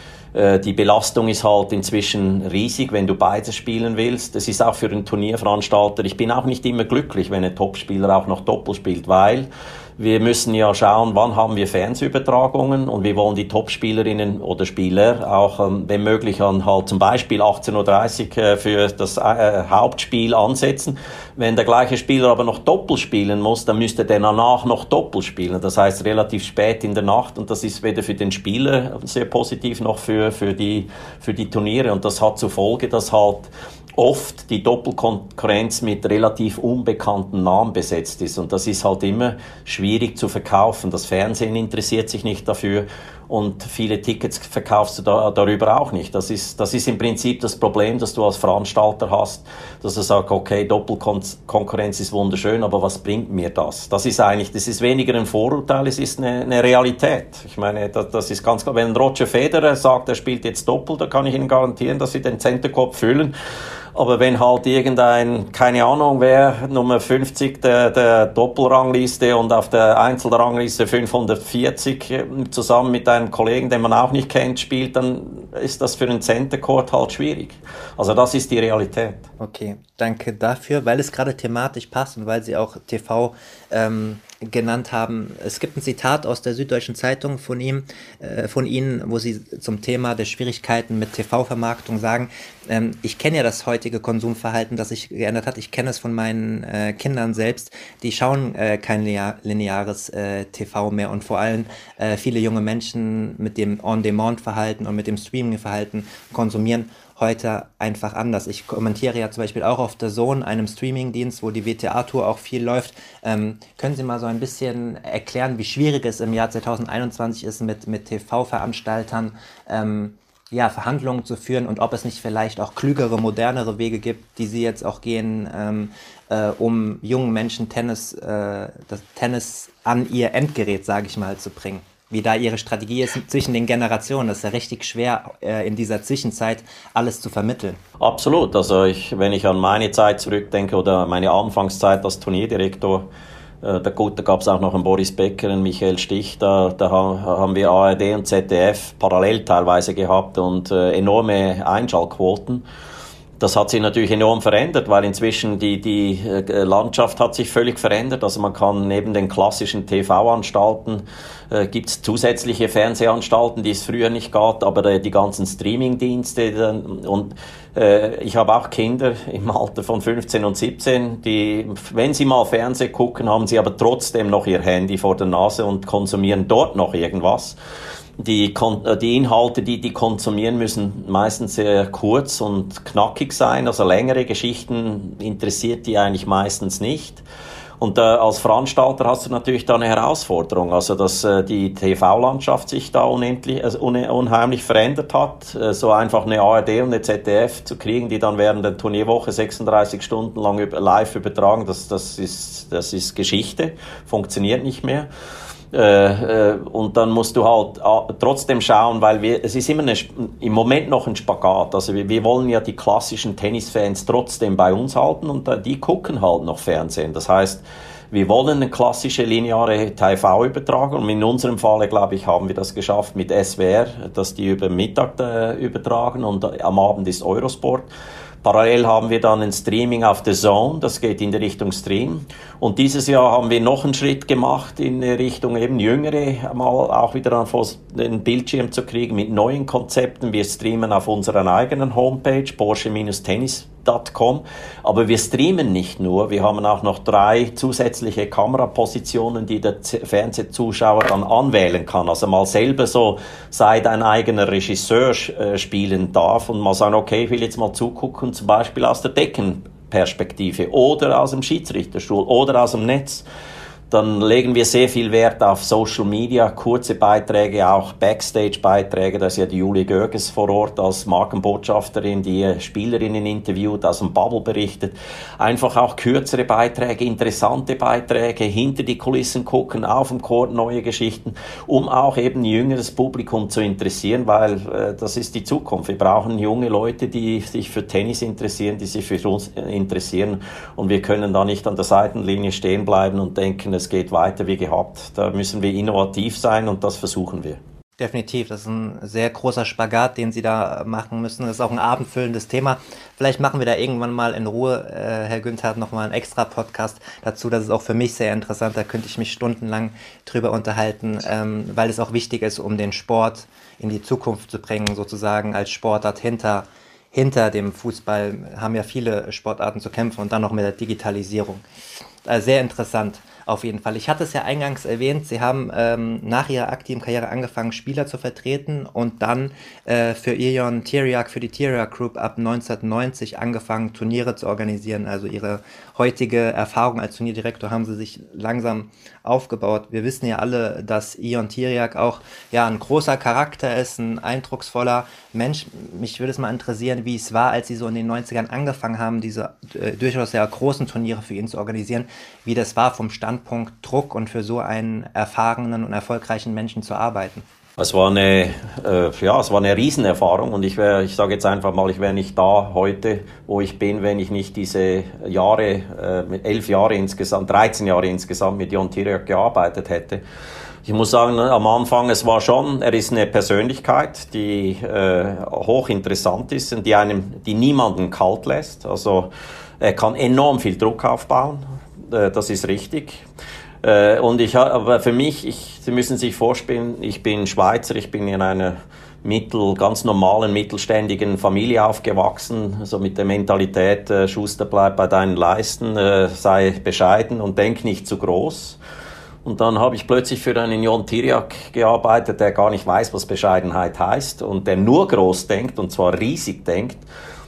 die Belastung ist halt inzwischen riesig, wenn du beides spielen willst. Das ist auch für einen Turnierveranstalter. Ich bin auch nicht immer glücklich, wenn ein Topspieler auch noch Doppel spielt, weil wir müssen ja schauen, wann haben wir Fernsehübertragungen, und wir wollen die Topspielerinnen oder Spieler auch, ähm, wenn möglich, an halt zum Beispiel achtzehn Uhr dreißig äh, für das äh, Hauptspiel ansetzen. Wenn der gleiche Spieler aber noch Doppel spielen muss, dann müsste der danach noch Doppel spielen. Das heißt relativ spät in der Nacht, und das ist weder für den Spieler sehr positiv noch für, für die, für die Turniere, und das hat zur Folge, dass halt oft die Doppelkonkurrenz mit relativ unbekannten Namen besetzt ist, und das ist halt immer schwierig zu verkaufen. Das Fernsehen interessiert sich nicht dafür, und viele Tickets verkaufst du da, darüber auch nicht. Das ist, das ist im Prinzip das Problem, das du als Veranstalter hast, dass du sagst, okay, Doppelkonkurrenz ist wunderschön, aber was bringt mir das? Das ist eigentlich, das ist weniger ein Vorurteil, es ist eine, eine Realität. Ich meine, das, das ist ganz klar, wenn Roger Federer sagt, er spielt jetzt Doppel, da kann ich Ihnen garantieren, dass Sie den Centercourt füllen. Aber wenn halt irgendein, keine Ahnung wer, Nummer fünfzig der, der Doppelrangliste und auf der Einzelrangliste fünfhundertvierzig zusammen mit einem Kollegen, den man auch nicht kennt, spielt, dann ist das für einen Centercourt halt schwierig. Also das ist die Realität. Okay, danke dafür, weil es gerade thematisch passt und weil Sie auch T V ähm, genannt haben. Es gibt ein Zitat aus der Süddeutschen Zeitung von ihm, äh, von Ihnen, wo Sie zum Thema der Schwierigkeiten mit T V-Vermarktung sagen, ähm, ich kenne ja das heutige Konsumverhalten, das sich geändert hat. Ich kenne es von meinen äh, Kindern selbst. Die schauen äh, kein linear, lineares äh, T V mehr, und vor allem äh, viele junge Menschen mit dem On-Demand-Verhalten und mit dem Streaming-Verhalten konsumieren heute einfach anders. Ich kommentiere ja zum Beispiel auch auf der DAZN, einem Streamingdienst, wo die W T A-Tour auch viel läuft. Ähm, können Sie mal so ein bisschen erklären, wie schwierig es im Jahr zwanzig einundzwanzig ist, mit, mit T V-Veranstaltern ähm, ja, Verhandlungen zu führen, und ob es nicht vielleicht auch klügere, modernere Wege gibt, die Sie jetzt auch gehen, ähm, äh, um jungen Menschen Tennis, äh, das Tennis an ihr Endgerät, sage ich mal, zu bringen? wie da Ihre Strategie ist zwischen den Generationen. Das ist ja richtig schwer, äh, in dieser Zwischenzeit alles zu vermitteln. Absolut. Also ich, wenn ich an meine Zeit zurückdenke oder meine Anfangszeit als Turnierdirektor, äh, da, gut, da gab es auch noch einen Boris Becker, einen Michael Stich, da, da haben wir A R D und Z D F parallel teilweise gehabt und äh, enorme Einschaltquoten. Das hat sich natürlich enorm verändert, weil inzwischen die, die äh, Landschaft hat sich völlig verändert. Also man kann neben den klassischen T V-Anstalten äh, gibt es zusätzliche Fernsehanstalten, die es früher nicht gab, aber äh, die ganzen Streaming-Dienste und äh, ich habe auch Kinder im Alter von fünfzehn und siebzehn, die, wenn sie mal Fernsehen gucken, haben sie aber trotzdem noch ihr Handy vor der Nase und konsumieren dort noch irgendwas. Die, die Inhalte, die die konsumieren, müssen meistens sehr kurz und knackig sein. Also längere Geschichten interessiert die eigentlich meistens nicht. Und äh, als Veranstalter hast du natürlich da eine Herausforderung. Also dass äh, die T V-Landschaft sich da unendlich, also un- unheimlich verändert hat. Äh, so einfach eine A R D und eine Z D F zu kriegen, die dann während der Turnierwoche sechsunddreißig Stunden lang über, live übertragen, das, das, ist, das ist Geschichte, funktioniert nicht mehr. Äh, äh, und dann musst du halt äh, trotzdem schauen, weil wir, es ist immer eine, im Moment noch ein Spagat. Also wir, wir wollen ja die klassischen Tennisfans trotzdem bei uns halten und äh, die gucken halt noch Fernsehen. Das heißt, wir wollen eine klassische lineare T V-Übertragung und in unserem Falle, glaube ich, haben wir das geschafft mit S W R, dass die über Mittag äh, übertragen und äh, am Abend ist Eurosport. Parallel haben wir dann ein Streaming auf The Zone, das geht in die Richtung Stream. Und dieses Jahr haben wir noch einen Schritt gemacht in Richtung eben Jüngere, mal auch wieder an den Bildschirm zu kriegen mit neuen Konzepten. Wir streamen auf unserer eigenen Homepage, porsche tennis punkt com. Aber wir streamen nicht nur, wir haben auch noch drei zusätzliche Kamerapositionen, die der Fernsehzuschauer dann anwählen kann. Also mal selber so, sei dein eigener Regisseur äh, spielen darf und mal sagen, okay, ich will jetzt mal zugucken, zum Beispiel aus der Deckenperspektive oder aus dem Schiedsrichterstuhl oder aus dem Netz. Dann legen wir sehr viel Wert auf Social Media, kurze Beiträge, auch Backstage-Beiträge. Da ist ja die Julie Görges vor Ort als Markenbotschafterin, die Spielerinnen interviewt, aus dem Bubble berichtet. Einfach auch kürzere Beiträge, interessante Beiträge, hinter die Kulissen gucken, auf dem Court neue Geschichten, um auch eben jüngeres Publikum zu interessieren, weil äh, das ist die Zukunft. Wir brauchen junge Leute, die sich für Tennis interessieren, die sich für uns interessieren und wir können da nicht an der Seitenlinie stehen bleiben und denken, es geht weiter wie gehabt. Da müssen wir innovativ sein und das versuchen wir. Definitiv, das ist ein sehr großer Spagat, den Sie da machen müssen. Das ist auch ein abendfüllendes Thema. Vielleicht machen wir da irgendwann mal in Ruhe, äh, Herr Günther, nochmal einen extra Podcast dazu. Das ist auch für mich sehr interessant, da könnte ich mich stundenlang drüber unterhalten, ähm, weil es auch wichtig ist, um den Sport in die Zukunft zu bringen, sozusagen als Sportart hinter, hinter dem Fußball. Haben ja viele Sportarten zu kämpfen und dann noch mit der Digitalisierung. Äh, sehr interessant. Auf jeden Fall. Ich hatte es ja eingangs erwähnt, Sie haben ähm, nach Ihrer aktiven Karriere angefangen, Spieler zu vertreten und dann äh, für Ion Tiriac, für die Tiriac Group ab neunzehnhundertneunzig angefangen, Turniere zu organisieren. Also Ihre heutige Erfahrung als Turnierdirektor haben Sie sich langsam aufgebaut. Wir wissen ja alle, dass Ion Tiriac auch ja ein großer Charakter ist, ein eindrucksvoller Mensch. Mich würde es mal interessieren, wie es war, als Sie so in den neunzigern angefangen haben, diese äh, durchaus sehr großen Turniere für ihn zu organisieren, wie das war vom Stand Punkt Druck und für so einen erfahrenen und erfolgreichen Menschen zu arbeiten? Es war eine, äh, ja, es war eine Riesenerfahrung und ich wäre, ich sage jetzt einfach mal, ich wäre nicht da heute, wo ich bin, wenn ich nicht diese Jahre, äh, mit elf Jahre insgesamt, dreizehn Jahre insgesamt mit Ion Tiriac gearbeitet hätte. Ich muss sagen, am Anfang, es war schon, er ist eine Persönlichkeit, die äh, hochinteressant ist und die einem, die niemanden kalt lässt. Also er kann enorm viel Druck aufbauen. Das ist richtig. Und ich, aber für mich, ich, Sie müssen sich vorstellen, ich bin Schweizer, ich bin in einer mittel, ganz normalen, mittelständigen Familie aufgewachsen, so mit der Mentalität, Schuster, bleib bei deinen Leisten, sei bescheiden und denk nicht zu groß. Und dann habe ich plötzlich für einen Ion Tiriac gearbeitet, der gar nicht weiß, was Bescheidenheit heißt und der nur groß denkt und zwar riesig denkt.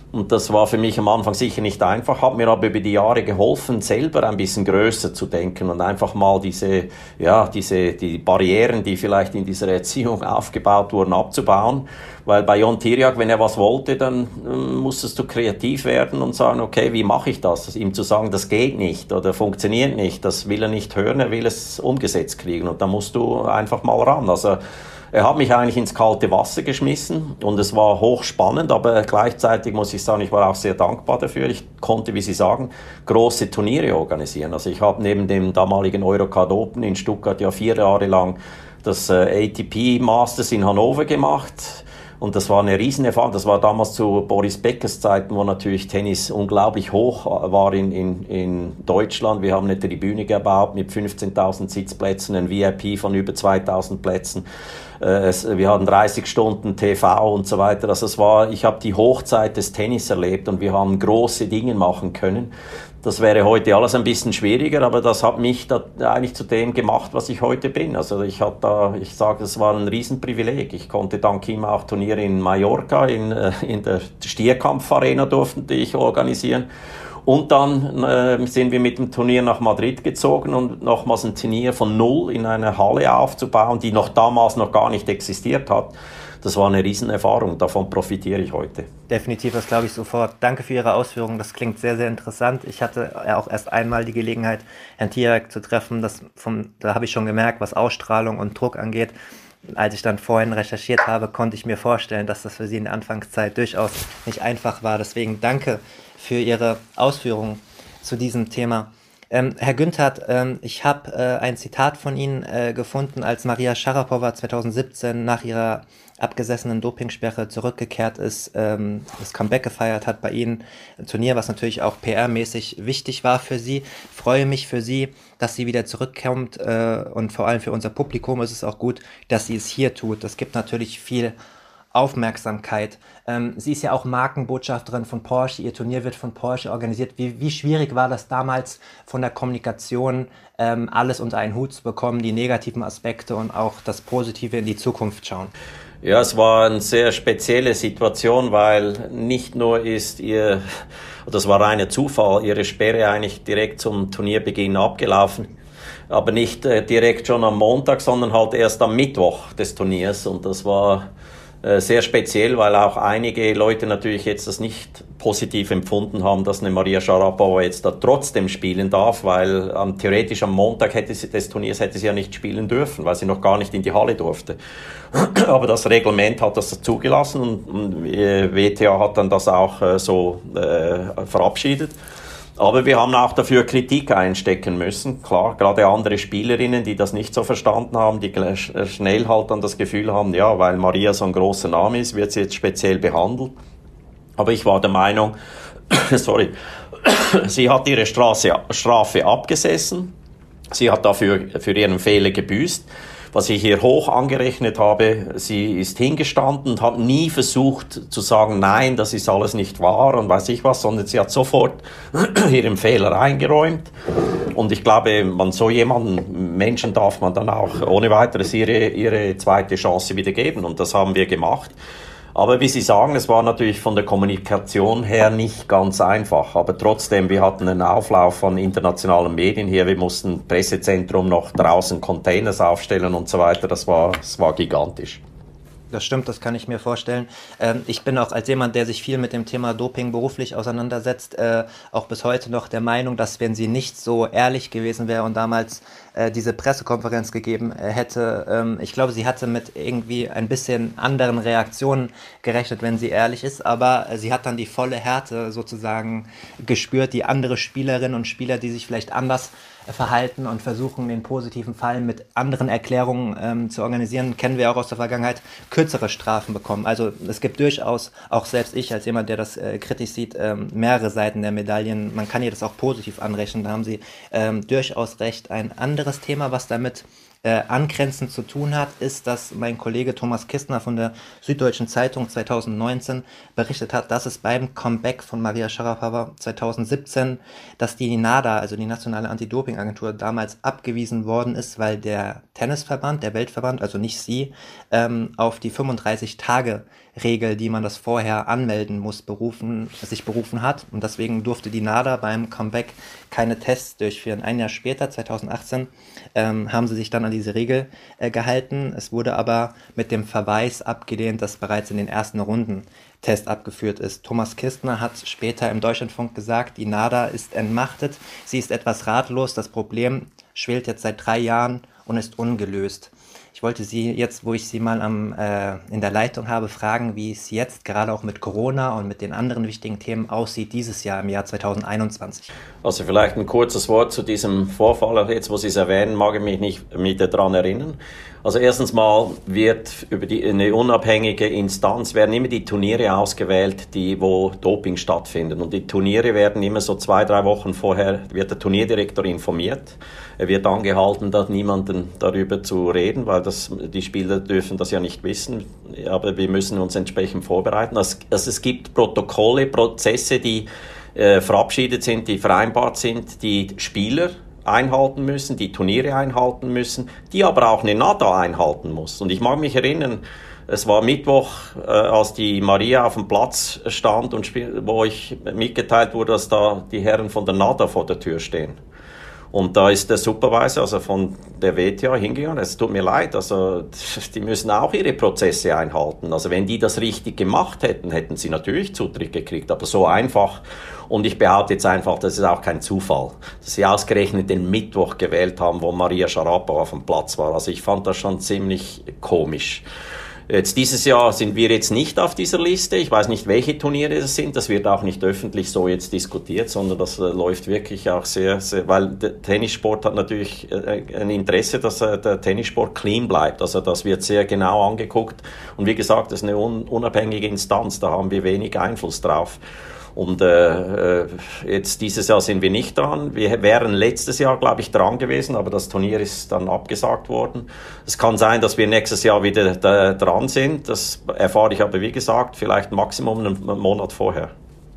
Und das war für mich am Anfang sicher nicht einfach, hat mir aber über die Jahre geholfen, selber ein bisschen größer zu denken und einfach mal diese, ja, diese, die Barrieren, die vielleicht in dieser Erziehung aufgebaut wurden, abzubauen. Weil bei Jon Tiriac, wenn er was wollte, dann äh, musstest du kreativ werden und sagen, okay, wie mache ich das? Also ihm zu sagen, das geht nicht oder funktioniert nicht, das will er nicht hören, er will es umgesetzt kriegen. Und da musst du einfach mal ran. Also er hat mich eigentlich ins kalte Wasser geschmissen und es war hochspannend, aber gleichzeitig muss ich sagen, ich war auch sehr dankbar dafür. Ich konnte, wie Sie sagen, große Turniere organisieren. Also ich habe neben dem damaligen Eurocard Open in Stuttgart ja vier Jahre lang das äh, A T P Masters in Hannover gemacht. Und das war eine Riesenerfahrung. Das war damals zu Boris Beckers Zeiten, wo natürlich Tennis unglaublich hoch war in, in, in Deutschland. Wir haben eine Tribüne gebaut mit fünfzehntausend Sitzplätzen, ein V I P von über zweitausend Plätzen. Äh, es, wir hatten dreißig Stunden T V und so weiter. Also es war, ich habe die Hochzeit des Tennis erlebt und wir haben große Dinge machen können. Das wäre heute alles ein bisschen schwieriger, aber das hat mich da eigentlich zu dem gemacht, was ich heute bin. Also ich hatte da, ich sage, das war ein Riesenprivileg. Ich konnte dank ihm auch Turniere in Mallorca, in, in der Stierkampfarena durfte ich organisieren. Und dann äh, sind wir mit dem Turnier nach Madrid gezogen und nochmals ein Turnier von Null in einer Halle aufzubauen, die noch damals noch gar nicht existiert hat. Das war eine Riesenerfahrung, davon profitiere ich heute. Definitiv, das glaube ich sofort. Danke für Ihre Ausführungen, das klingt sehr, sehr interessant. Ich hatte ja auch erst einmal die Gelegenheit, Herrn Tiriac zu treffen. Das vom, da habe ich schon gemerkt, was Ausstrahlung und Druck angeht. Als ich dann vorhin recherchiert habe, konnte ich mir vorstellen, dass das für Sie in der Anfangszeit durchaus nicht einfach war. Deswegen danke für Ihre Ausführungen zu diesem Thema. Ähm, Herr Günthert, ähm, ich habe äh, ein Zitat von Ihnen äh, gefunden, als Maria Sharapova zwanzig siebzehn nach ihrer abgesessenen Dopingsperre zurückgekehrt ist, ähm, das Comeback gefeiert hat bei Ihnen, ein Turnier, was natürlich auch P R-mäßig wichtig war für Sie. Ich freue mich für Sie, dass sie wieder zurückkommt äh, und vor allem für unser Publikum ist es auch gut, dass sie es hier tut. Es gibt natürlich viel Aufmerksamkeit. Ähm, sie ist ja auch Markenbotschafterin von Porsche, ihr Turnier wird von Porsche organisiert. Wie, wie schwierig war das damals von der Kommunikation, ähm, alles unter einen Hut zu bekommen, die negativen Aspekte und auch das Positive in die Zukunft schauen? Ja, es war eine sehr spezielle Situation, weil nicht nur ist ihr, das war reiner Zufall, ihre Sperre eigentlich direkt zum Turnierbeginn abgelaufen, aber nicht äh, direkt schon am Montag, sondern halt erst am Mittwoch des Turniers und das war äh, sehr speziell, weil auch einige Leute natürlich jetzt das nicht positiv empfunden haben, dass eine Maria Sharapova jetzt da trotzdem spielen darf, weil ähm, theoretisch am Montag hätte sie, des Turniers hätte sie ja nicht spielen dürfen, weil sie noch gar nicht in die Halle durfte. Aber das Reglement hat das zugelassen und, und W T A hat dann das auch äh, so äh, verabschiedet. Aber wir haben auch dafür Kritik einstecken müssen. Klar, gerade andere Spielerinnen, die das nicht so verstanden haben, die schnell halt dann das Gefühl haben, ja, weil Maria so ein großer Name ist, wird sie jetzt speziell behandelt. Aber ich war der Meinung, sorry, sie hat ihre Strafe, Strafe abgesessen. Sie hat dafür für ihren Fehler gebüßt. Was ich hier hoch angerechnet habe, sie ist hingestanden und hat nie versucht zu sagen, nein, das ist alles nicht wahr und weiß ich was, sondern sie hat sofort ihren Fehler eingeräumt. Und ich glaube, man so jemanden, Menschen darf man dann auch ohne weiteres ihre, ihre zweite Chance wieder geben. Und das haben wir gemacht. Aber wie Sie sagen, es war natürlich von der Kommunikation her nicht ganz einfach. Aber trotzdem, wir hatten einen Auflauf von internationalen Medien hier. Wir mussten im Pressezentrum noch draußen Containers aufstellen und so weiter. Das war, das war gigantisch. Das stimmt, das kann ich mir vorstellen. Ähm, ich bin auch als jemand, der sich viel mit dem Thema Doping beruflich auseinandersetzt, äh, auch bis heute noch der Meinung, dass wenn sie nicht so ehrlich gewesen wäre und damals äh, diese Pressekonferenz gegeben äh, hätte, ähm, ich glaube, sie hatte mit irgendwie ein bisschen anderen Reaktionen gerechnet, wenn sie ehrlich ist, aber äh, sie hat dann die volle Härte sozusagen gespürt, die andere Spielerinnen und Spieler, die sich vielleicht anders verhalten und versuchen, den positiven Fall mit anderen Erklärungen ähm, zu organisieren, kennen wir auch aus der Vergangenheit, kürzere Strafen bekommen. Also es gibt durchaus, auch selbst ich als jemand, der das äh, kritisch sieht, ähm, mehrere Seiten der Medaillen. Man kann ihr das auch positiv anrechnen. Da haben Sie ähm, durchaus recht. Ein anderes Thema, was damit äh, angrenzend zu tun hat, ist, dass mein Kollege Thomas Kistner von der Süddeutschen Zeitung zweitausendneunzehn berichtet hat, dass es beim Comeback von Maria Sharapova zweitausendsiebzehn, dass die NADA, also die Nationale Anti-Doping-Agentur, damals abgewiesen worden ist, weil der Tennisverband, der Weltverband, also nicht sie, ähm, auf die fünfunddreißig-Tage-Regel, die man das vorher anmelden muss, berufen, sich berufen hat. Und deswegen durfte die NADA beim Comeback keine Tests durchführen. Ein Jahr später, zweitausendachtzehn, ähm, haben sie sich dann an diese Regel äh, gehalten. Es wurde aber mit dem Verweis abgelehnt, dass bereits in den ersten Runden Test abgeführt ist. Thomas Kistner hat später im Deutschlandfunk gesagt, die NADA ist entmachtet, sie ist etwas ratlos, das Problem schwelt jetzt seit drei Jahren und ist ungelöst. Ich wollte Sie jetzt, wo ich Sie mal am, äh, in der Leitung habe, fragen, wie es jetzt gerade auch mit Corona und mit den anderen wichtigen Themen aussieht, dieses Jahr im Jahr zweitausendeinundzwanzig. Also vielleicht ein kurzes Wort zu diesem Vorfall. Jetzt, wo Sie es erwähnen, mag ich mich nicht mit daran erinnern. Also erstens mal wird über die, eine unabhängige Instanz, werden immer die Turniere ausgewählt, die, wo Doping stattfinden. Und die Turniere werden immer so zwei, drei Wochen vorher, wird der Turnierdirektor informiert. Er wird angehalten, da niemanden darüber zu reden, weil das, die Spieler dürfen das ja nicht wissen. Aber wir müssen uns entsprechend vorbereiten. Also, also es gibt Protokolle, Prozesse, die äh, verabschiedet sind, die vereinbart sind, die Spieler einhalten müssen, die Turniere einhalten müssen, die aber auch eine NADA einhalten muss. Und ich mag mich erinnern, es war Mittwoch, äh, als die Maria auf dem Platz stand und spiel- wo ich mitgeteilt wurde, dass da die Herren von der NADA vor der Tür stehen. Und da ist der Supervisor, also von der W T A, hingegangen. Es tut mir leid, also die müssen auch ihre Prozesse einhalten. Also wenn die das richtig gemacht hätten, hätten sie natürlich Zutritt gekriegt, aber so einfach. Und ich behaupte jetzt einfach, das ist auch kein Zufall, dass sie ausgerechnet den Mittwoch gewählt haben, wo Maria Sharapova auf dem Platz war. Also ich fand das schon ziemlich komisch. Jetzt dieses Jahr sind wir jetzt nicht auf dieser Liste. Ich weiß nicht, welche Turniere das sind. Das wird auch nicht öffentlich so jetzt diskutiert, sondern das äh, läuft wirklich auch sehr, sehr, weil der Tennissport hat natürlich äh, ein Interesse, dass äh, der Tennissport clean bleibt. Also das wird sehr genau angeguckt. Und wie gesagt, das ist eine un- unabhängige Instanz. Da haben wir wenig Einfluss drauf. Und äh, jetzt dieses Jahr sind wir nicht dran. Wir wären letztes Jahr, glaube ich, dran gewesen, aber das Turnier ist dann abgesagt worden. Es kann sein, dass wir nächstes Jahr wieder da, dran sind. Das erfahre ich aber, wie gesagt, vielleicht maximum einen Monat vorher.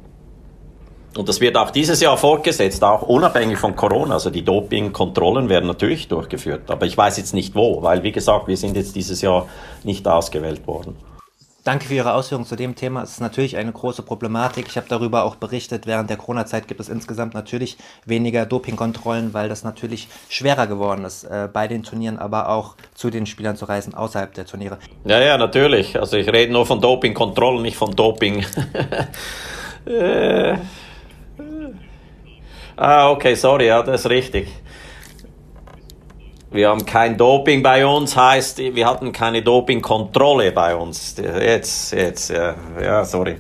Und das wird auch dieses Jahr fortgesetzt, auch unabhängig von Corona. Also die Dopingkontrollen werden natürlich durchgeführt. Aber ich weiß jetzt nicht wo, weil, wie gesagt, wir sind jetzt dieses Jahr nicht ausgewählt worden. Danke für Ihre Ausführungen zu dem Thema. Es ist natürlich eine große Problematik. Ich habe darüber auch berichtet, während der Corona-Zeit gibt es insgesamt natürlich weniger Dopingkontrollen, weil das natürlich schwerer geworden ist, äh, bei den Turnieren, aber auch zu den Spielern zu reisen, außerhalb der Turniere. Ja, ja, natürlich. Also ich rede nur von Dopingkontrollen, nicht von Doping. äh, ah, okay, sorry, ja, das ist richtig. Wir haben kein Doping bei uns, heißt, wir hatten keine Dopingkontrolle bei uns. Jetzt, jetzt, ja, ja sorry.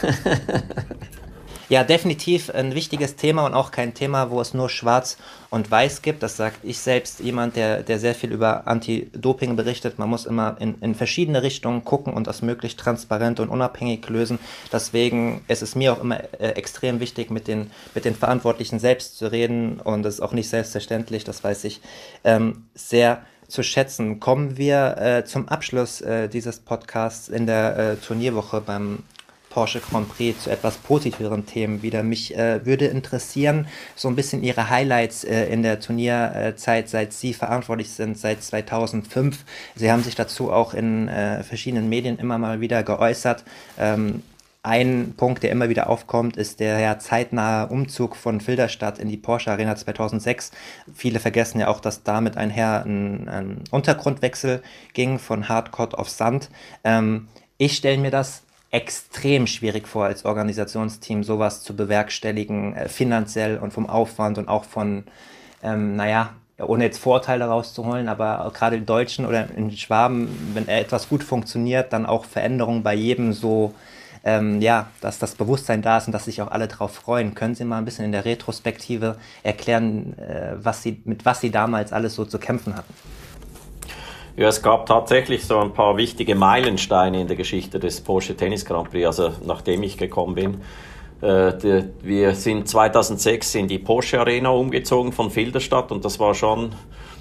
Ja, definitiv ein wichtiges Thema und auch kein Thema, wo es nur schwarz und weiß gibt. Das sagt ich selbst, jemand, der, der sehr viel über Anti-Doping berichtet. Man muss immer in, in verschiedene Richtungen gucken und das möglichst transparent und unabhängig lösen. Deswegen ist es mir auch immer äh, extrem wichtig, mit den, mit den Verantwortlichen selbst zu reden. Und das ist auch nicht selbstverständlich, das weiß ich ähm, sehr zu schätzen. Kommen wir äh, zum Abschluss äh, dieses Podcasts in der äh, Turnierwoche beim Porsche Grand Prix zu etwas positiveren Themen wieder. Mich äh, würde interessieren, so ein bisschen Ihre Highlights äh, in der Turnierzeit, seit Sie verantwortlich sind, seit zweitausendfünf. Sie haben sich dazu auch in äh, verschiedenen Medien immer mal wieder geäußert. Ähm, Ein Punkt, der immer wieder aufkommt, ist der ja zeitnahe Umzug von Filderstadt in die Porsche Arena zweitausendsechs. Viele vergessen ja auch, dass damit einher ein, ein Untergrundwechsel ging von Hardcourt auf Sand. Ähm, ich stelle mir das extrem schwierig vor, als Organisationsteam sowas zu bewerkstelligen, äh, finanziell und vom Aufwand und auch von, ähm, naja, ohne jetzt Vorteile rauszuholen, aber gerade in Deutschen oder in Schwaben, wenn etwas gut funktioniert, dann auch Veränderungen bei jedem so, ähm, ja, dass das Bewusstsein da ist und dass sich auch alle drauf freuen. Können Sie mal ein bisschen in der Retrospektive erklären, äh, was Sie, mit was Sie damals alles so zu kämpfen hatten? Ja, es gab tatsächlich so ein paar wichtige Meilensteine in der Geschichte des Porsche Tennis Grand Prix, also nachdem ich gekommen bin. Äh, die, wir sind zweitausendsechs in die Porsche Arena umgezogen von Filderstadt und das war schon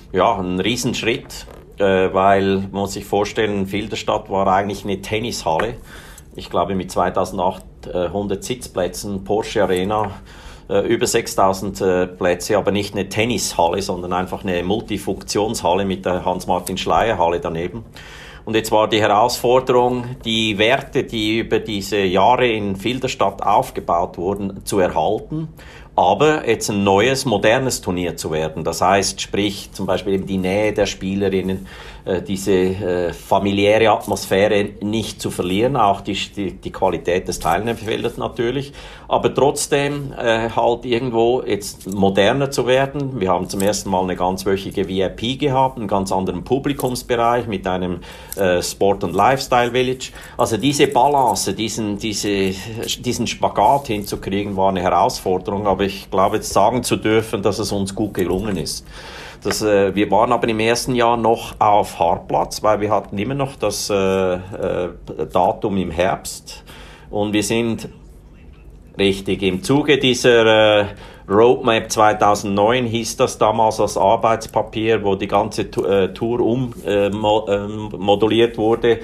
ja, ein Riesenschritt, äh, weil man muss sich vorstellen, Filderstadt war eigentlich eine Tennishalle. Ich glaube mit zweitausendachthundert Sitzplätzen, Porsche Arena, äh, über sechstausend äh, Plätze, aber nicht eine Tennishalle, sondern einfach eine Multifunktionshalle mit der Hans-Martin-Schleyer-Halle daneben. Und jetzt war die Herausforderung, die Werte, die über diese Jahre in Filderstadt aufgebaut wurden, zu erhalten, aber jetzt ein neues, modernes Turnier zu werden. Das heißt, sprich zum Beispiel eben die Nähe der Spielerinnen, äh, diese äh, familiäre Atmosphäre nicht zu verlieren, auch die, die, die Qualität des Teilnehmerfeldes natürlich, aber trotzdem äh, halt irgendwo jetzt moderner zu werden. Wir haben zum ersten Mal eine ganzwöchige V I P gehabt, einen ganz anderen Publikumsbereich mit einem äh, Sport- und Lifestyle Village. Also diese Balance, diesen, diese, diesen Spagat hinzukriegen, war eine Herausforderung, aber ich glaube jetzt sagen zu dürfen, dass es uns gut gelungen ist. Das, äh, wir waren aber im ersten Jahr noch auf Hartplatz, weil wir hatten immer noch das äh, äh, Datum im Herbst und wir sind richtig im Zuge dieser äh, Roadmap zweitausendneun hieß das damals als Arbeitspapier, wo die ganze äh, Tour ummoduliert äh, wurde.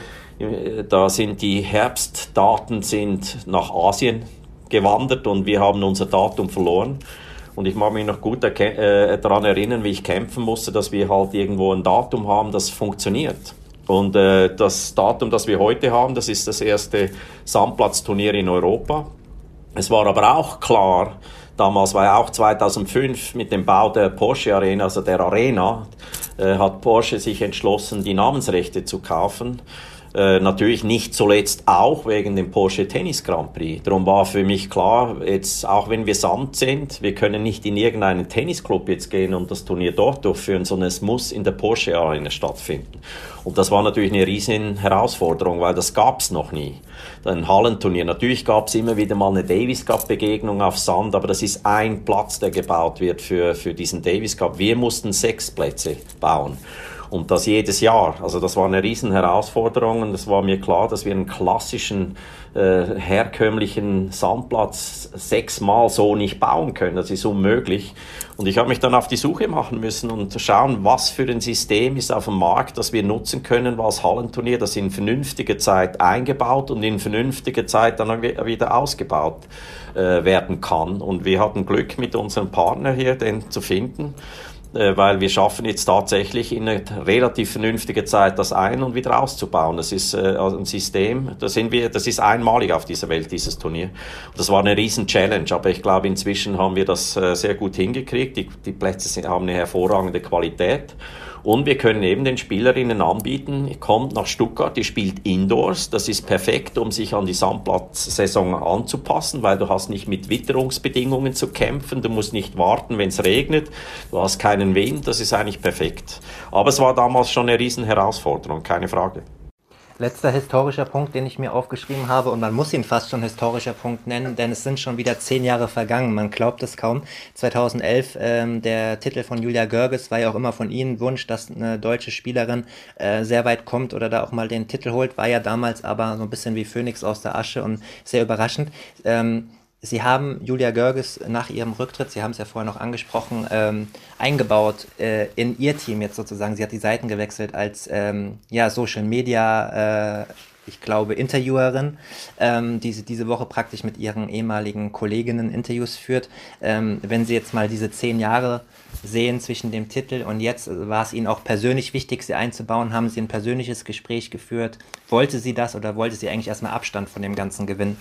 Da sind die Herbstdaten sind nach Asien gewandert und wir haben unser Datum verloren. Und ich mag mich noch gut äh, daran erinnern, wie ich kämpfen musste, dass wir halt irgendwo ein Datum haben, das funktioniert. Und äh, das Datum, das wir heute haben, das ist das erste Sandplatzturnier in Europa. Es war aber auch klar, damals war ja auch zweitausendfünf mit dem Bau der Porsche Arena, also der Arena, äh, hat Porsche sich entschlossen, die Namensrechte zu kaufen. Äh, natürlich nicht zuletzt auch wegen dem Porsche Tennis Grand Prix. Darum war für mich klar, jetzt auch wenn wir Sand sind, wir können nicht in irgendeinen Tennisclub jetzt gehen und das Turnier dort durchführen, sondern es muss in der Porsche Arena stattfinden. Und das war natürlich eine riesen Herausforderung, weil das gab's noch nie. Ein Hallenturnier. Natürlich gab's immer wieder mal eine Davis Cup Begegnung auf Sand, aber das ist ein Platz, der gebaut wird für, für diesen Davis Cup. Wir mussten sechs Plätze bauen. Und das jedes Jahr. Also das war eine riesen Herausforderung und es war mir klar, dass wir einen klassischen, äh, herkömmlichen Sandplatz sechsmal so nicht bauen können. Das ist unmöglich. Und ich habe mich dann auf die Suche machen müssen und schauen, was für ein System ist auf dem Markt, das wir nutzen können als Hallenturnier, das in vernünftiger Zeit eingebaut und in vernünftiger Zeit dann wieder ausgebaut äh, werden kann. Und wir hatten Glück mit unserem Partner hier, den zu finden, weil wir schaffen jetzt tatsächlich in einer relativ vernünftigen Zeit das ein- und wieder auszubauen. Das ist äh, ein System, da sind wir, das ist einmalig auf dieser Welt, dieses Turnier. Das war eine riesen Challenge, aber ich glaube, inzwischen haben wir das äh, sehr gut hingekriegt. Die, die Plätze sind, haben eine hervorragende Qualität. Und wir können eben den Spielerinnen anbieten, kommt nach Stuttgart, die spielt Indoors. Das ist perfekt, um sich an die Sandplatzsaison anzupassen, weil du hast nicht mit Witterungsbedingungen zu kämpfen, du musst nicht warten, wenn es regnet, du hast keinen Wind, das ist eigentlich perfekt. Aber es war damals schon eine riesen Herausforderung, keine Frage. Letzter historischer Punkt, den ich mir aufgeschrieben habe, und man muss ihn fast schon historischer Punkt nennen, denn es sind schon wieder zehn Jahre vergangen, man glaubt es kaum. zweitausendelf, ähm, der Titel von Julia Görges war ja auch immer von Ihnen Wunsch, dass eine deutsche Spielerin äh, sehr weit kommt oder da auch mal den Titel holt, war ja damals aber so ein bisschen wie Phönix aus der Asche und sehr überraschend. Ähm, Sie haben Julia Görges nach ihrem Rücktritt, Sie haben es ja vorher noch angesprochen, ähm, eingebaut äh, in Ihr Team jetzt sozusagen. Sie hat die Seiten gewechselt als ähm, ja, Social Media, äh, ich glaube, Interviewerin, ähm, die sie diese Woche praktisch mit ihren ehemaligen Kolleginnen Interviews führt. Ähm, wenn Sie jetzt mal diese zehn Jahre sehen zwischen dem Titel und jetzt, war es Ihnen auch persönlich wichtig, sie einzubauen? Haben Sie ein persönliches Gespräch geführt? Wollte sie das oder wollte sie eigentlich erstmal Abstand von dem Ganzen gewinnen?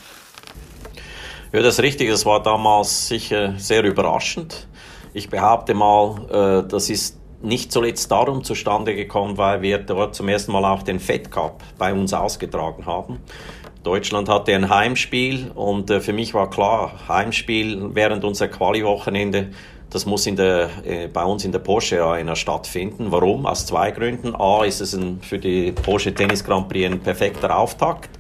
Ja, das ist richtig. Das war damals sicher sehr überraschend. Ich behaupte mal, äh, das ist nicht zuletzt darum zustande gekommen, weil wir dort zum ersten Mal auch den Fed Cup bei uns ausgetragen haben. Deutschland hatte ein Heimspiel und äh, für mich war klar, Heimspiel während unserer Quali-Wochenende, das muss in der, äh, bei uns in der Porsche Arena stattfinden. Warum? Aus zwei Gründen. A, ist es ein, für die Porsche Tennis Grand Prix ein perfekter Auftakt.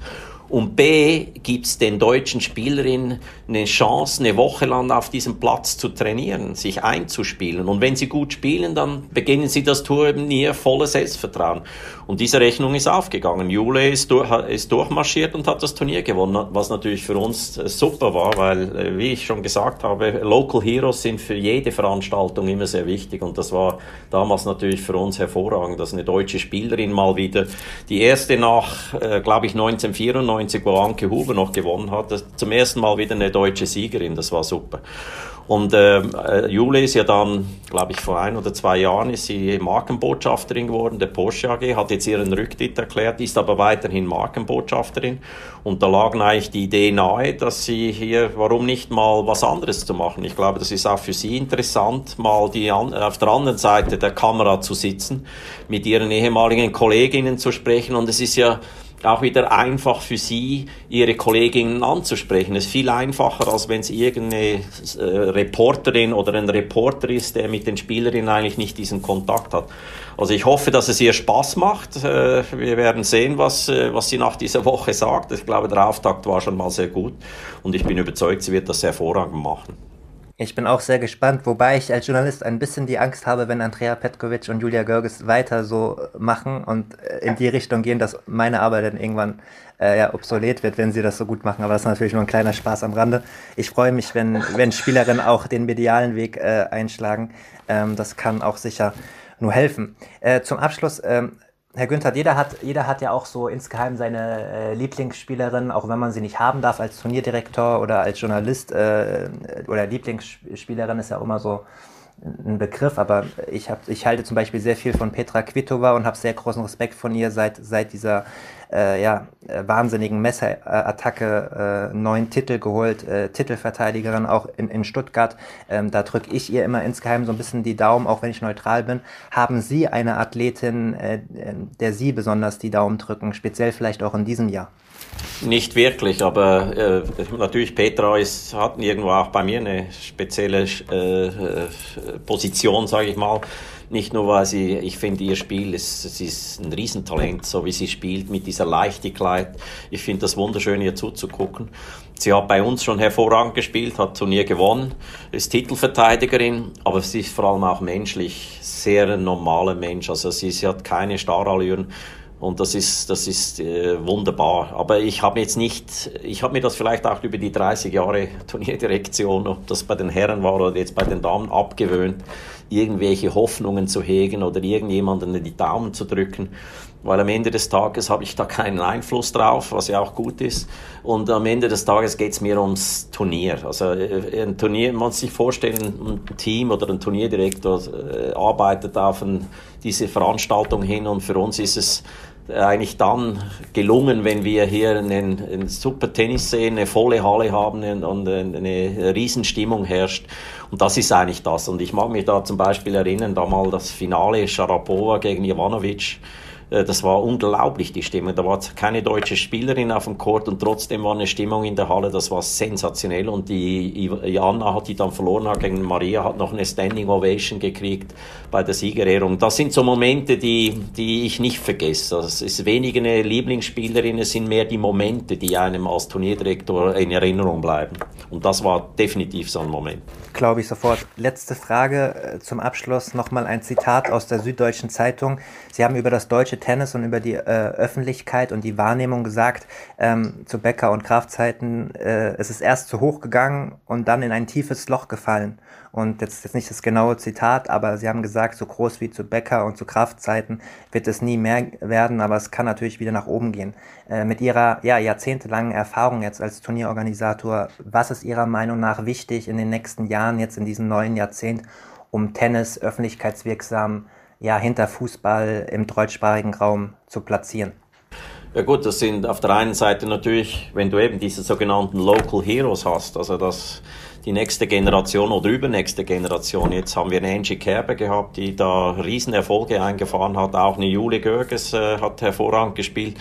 Und B, gibt es den deutschen Spielerinnen eine Chance, eine Woche lang auf diesem Platz zu trainieren, sich einzuspielen. Und wenn sie gut spielen, dann beginnen sie das Turnier voller Selbstvertrauen. Und diese Rechnung ist aufgegangen. Jule ist, durch, ist durchmarschiert und hat das Turnier gewonnen, was natürlich für uns super war, weil, wie ich schon gesagt habe, Local Heroes sind für jede Veranstaltung immer sehr wichtig. Und das war damals natürlich für uns hervorragend, dass eine deutsche Spielerin mal wieder, die erste nach, äh, glaube ich, neunzehnhundertvierundneunzig, wo Anke Huber noch gewonnen hat, zum ersten Mal wieder eine deutsche Siegerin. Das war super. Und äh, Jule ist ja dann, glaube ich, vor ein oder zwei Jahren ist sie Markenbotschafterin geworden, der Porsche A G, hat jetzt ihren Rücktritt erklärt, ist aber weiterhin Markenbotschafterin. Und da lag eigentlich die Idee nahe, dass sie hier, warum nicht mal was anderes zu machen. Ich glaube, das ist auch für sie interessant, mal die an, auf der anderen Seite der Kamera zu sitzen, mit ihren ehemaligen Kolleginnen zu sprechen. Und es ist ja auch wieder einfach für sie, ihre Kolleginnen anzusprechen. Es ist viel einfacher, als wenn es irgendeine äh, Reporterin oder ein Reporter ist, der mit den Spielerinnen eigentlich nicht diesen Kontakt hat. Also ich hoffe, dass es ihr Spaß macht. Äh, wir werden sehen, was, äh, was sie nach dieser Woche sagt. Ich glaube, der Auftakt war schon mal sehr gut und ich bin überzeugt, sie wird das hervorragend machen. Ich bin auch sehr gespannt, wobei ich als Journalist ein bisschen die Angst habe, wenn Andrea Petkovic und Julia Görges weiter so machen und in die Richtung gehen, dass meine Arbeit dann irgendwann äh, ja, obsolet wird, wenn sie das so gut machen. Aber das ist natürlich nur ein kleiner Spaß am Rande. Ich freue mich, wenn, wenn Spielerinnen auch den medialen Weg äh, einschlagen. Ähm, das kann auch sicher nur helfen. Äh, zum Abschluss, ähm, Herr Günther, jeder hat, jeder hat ja auch so insgeheim seine äh, Lieblingsspielerin, auch wenn man sie nicht haben darf als Turnierdirektor oder als Journalist, äh, oder Lieblingsspielerin ist ja immer so ein Begriff, aber ich, hab, ich halte zum Beispiel sehr viel von Petra Kvitova und habe sehr großen Respekt von ihr seit, seit dieser äh, ja, wahnsinnigen Messerattacke, äh, neun Titel geholt, äh, Titelverteidigerin auch in, in Stuttgart. Ähm, da drücke ich ihr immer insgeheim so ein bisschen die Daumen, auch wenn ich neutral bin. Haben Sie eine Athletin, äh, der Sie besonders die Daumen drücken, speziell vielleicht auch in diesem Jahr? Nicht wirklich, aber äh, natürlich Petra ist, hat irgendwo auch bei mir eine spezielle äh, Position, sage ich mal. Nicht nur, weil sie, ich finde, ihr Spiel ist, sie ist ein Riesentalent, so wie sie spielt, mit dieser Leichtigkeit. Ich finde das wunderschön, ihr zuzugucken. Sie hat bei uns schon hervorragend gespielt, hat Turnier gewonnen, ist Titelverteidigerin, aber sie ist vor allem auch menschlich sehr ein normaler Mensch. Also sie, sie hat keine Starallüren. Und das ist, das ist äh, wunderbar. Aber ich habe jetzt nicht, ich habe mir das vielleicht auch über die dreißig Jahre Turnierdirektion, ob das bei den Herren war oder jetzt bei den Damen, abgewöhnt, irgendwelche Hoffnungen zu hegen oder irgendjemanden die Daumen zu drücken. Weil am Ende des Tages habe ich da keinen Einfluss drauf, was ja auch gut ist. Und am Ende des Tages geht es mir ums Turnier. Also ein Turnier, man muss sich vorstellen, ein Team oder ein Turnierdirektor äh, arbeitet auf ein, diese Veranstaltung hin und für uns ist es eigentlich dann gelungen, wenn wir hier einen, einen super Tennis sehen, eine volle Halle haben und eine Riesenstimmung herrscht. Und das ist eigentlich das. Und ich mag mich da zum Beispiel erinnern, da mal das Finale Sharapova gegen Ivanovic. Das war unglaublich, die Stimmung. Da war keine deutsche Spielerin auf dem Court und trotzdem war eine Stimmung in der Halle, das war sensationell. Und die Jana hat die dann verloren hat gegen Maria, hat noch eine Standing Ovation gekriegt bei der Siegerehrung. Das sind so Momente, die, die ich nicht vergesse. Es ist weniger eine Lieblingsspielerin, es sind mehr die Momente, die einem als Turnierdirektor in Erinnerung bleiben. Und das war definitiv so ein Moment. Glaube ich sofort. Letzte Frage zum Abschluss. Nochmal ein Zitat aus der Süddeutschen Zeitung. Sie haben über das deutsche Tennis und über die äh, Öffentlichkeit und die Wahrnehmung gesagt, ähm, zu Becker- und Graf-Zeiten, äh, es ist erst zu hoch gegangen und dann in ein tiefes Loch gefallen. Und jetzt ist nicht das genaue Zitat, aber Sie haben gesagt, so groß wie zu Becker- und zu Graf-Zeiten wird es nie mehr werden, aber es kann natürlich wieder nach oben gehen. Äh, mit Ihrer ja, jahrzehntelangen Erfahrung jetzt als Turnierorganisator, was ist Ihrer Meinung nach wichtig in den nächsten Jahren, jetzt in diesem neuen Jahrzehnt, um Tennis öffentlichkeitswirksam ja, hinter Fußball im deutschsprachigen Raum zu platzieren? Ja gut, das sind auf der einen Seite natürlich, wenn du eben diese sogenannten Local Heroes hast, also das die nächste Generation oder übernächste Generation. Jetzt haben wir eine Angie Kerber gehabt, die da Riesenerfolge eingefahren hat. Auch eine Julia Görges äh, hat hervorragend gespielt.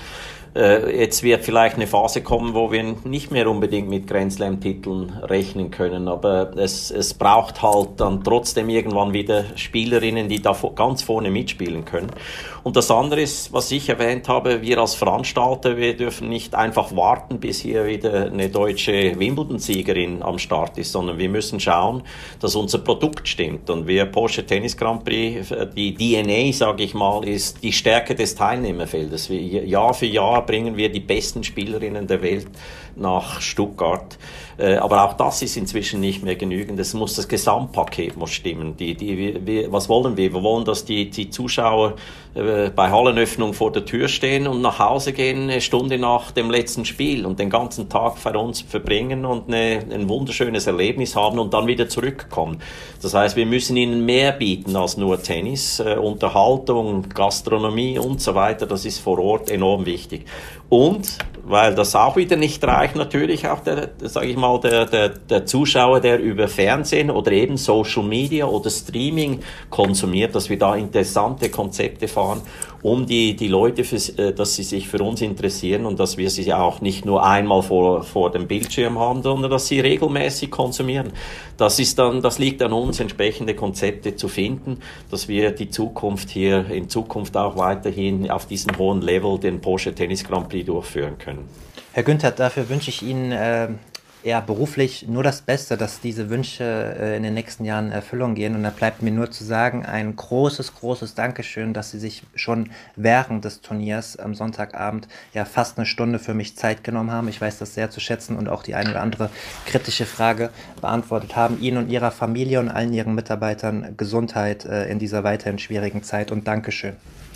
Äh, jetzt wird vielleicht eine Phase kommen, wo wir nicht mehr unbedingt mit Grand Slam-Titeln rechnen können, aber es, es braucht halt dann trotzdem irgendwann wieder Spielerinnen, die da ganz vorne mitspielen können. Und das andere ist, was ich erwähnt habe, wir als Veranstalter, wir dürfen nicht einfach warten, bis hier wieder eine deutsche Wimbledon-Siegerin am Start ist, sondern wir müssen schauen, dass unser Produkt stimmt. Und wir Porsche Tennis Grand Prix, die D N A, sage ich mal, ist die Stärke des Teilnehmerfeldes. Wir, Jahr für Jahr bringen wir die besten Spielerinnen der Welt nach Stuttgart. Äh, aber auch das ist inzwischen nicht mehr genügend. Es muss das Gesamtpaket muss stimmen. Die, die, wir, was wollen wir? Wir wollen, dass die, die Zuschauer äh, bei Hallenöffnung vor der Tür stehen und nach Hause gehen eine Stunde nach dem letzten Spiel und den ganzen Tag für uns verbringen und eine, ein wunderschönes Erlebnis haben und dann wieder zurückkommen. Das heißt, wir müssen ihnen mehr bieten als nur Tennis, äh, Unterhaltung, Gastronomie und so weiter. Das ist vor Ort enorm wichtig. Und, weil das auch wieder nicht reicht, natürlich auch der, sage ich mal, der, der, der Zuschauer, der über Fernsehen oder eben Social Media oder Streaming konsumiert, dass wir da interessante Konzepte fahren, um die, die Leute, für, dass sie sich für uns interessieren und dass wir sie auch nicht nur einmal vor, vor dem Bildschirm haben, sondern dass sie regelmäßig konsumieren. Das ist dann, das liegt an uns, entsprechende Konzepte zu finden, dass wir die Zukunft hier, in Zukunft auch weiterhin auf diesem hohen Level den Porsche Tennis Grand Prix durchführen können. Herr Günther, dafür wünsche ich Ihnen äh, ja, beruflich nur das Beste, dass diese Wünsche äh, in den nächsten Jahren in Erfüllung gehen. Und da bleibt mir nur zu sagen, ein großes, großes Dankeschön, dass Sie sich schon während des Turniers am Sonntagabend ja fast eine Stunde für mich Zeit genommen haben. Ich weiß das sehr zu schätzen und auch die eine oder andere kritische Frage beantwortet haben. Ihnen und Ihrer Familie und allen Ihren Mitarbeitern Gesundheit äh, in dieser weiterhin schwierigen Zeit und Dankeschön.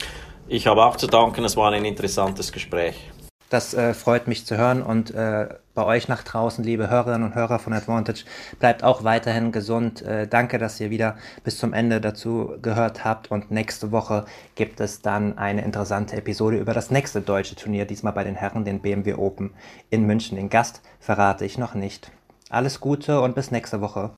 Ich habe auch zu danken, es war ein interessantes Gespräch. Das äh, freut mich zu hören und äh, bei euch nach draußen, liebe Hörerinnen und Hörer von Advantage, bleibt auch weiterhin gesund. Äh, danke, dass ihr wieder bis zum Ende dazu gehört habt und nächste Woche gibt es dann eine interessante Episode über das nächste deutsche Turnier, diesmal bei den Herren, den B M W Open in München. Den Gast verrate ich noch nicht. Alles Gute und bis nächste Woche.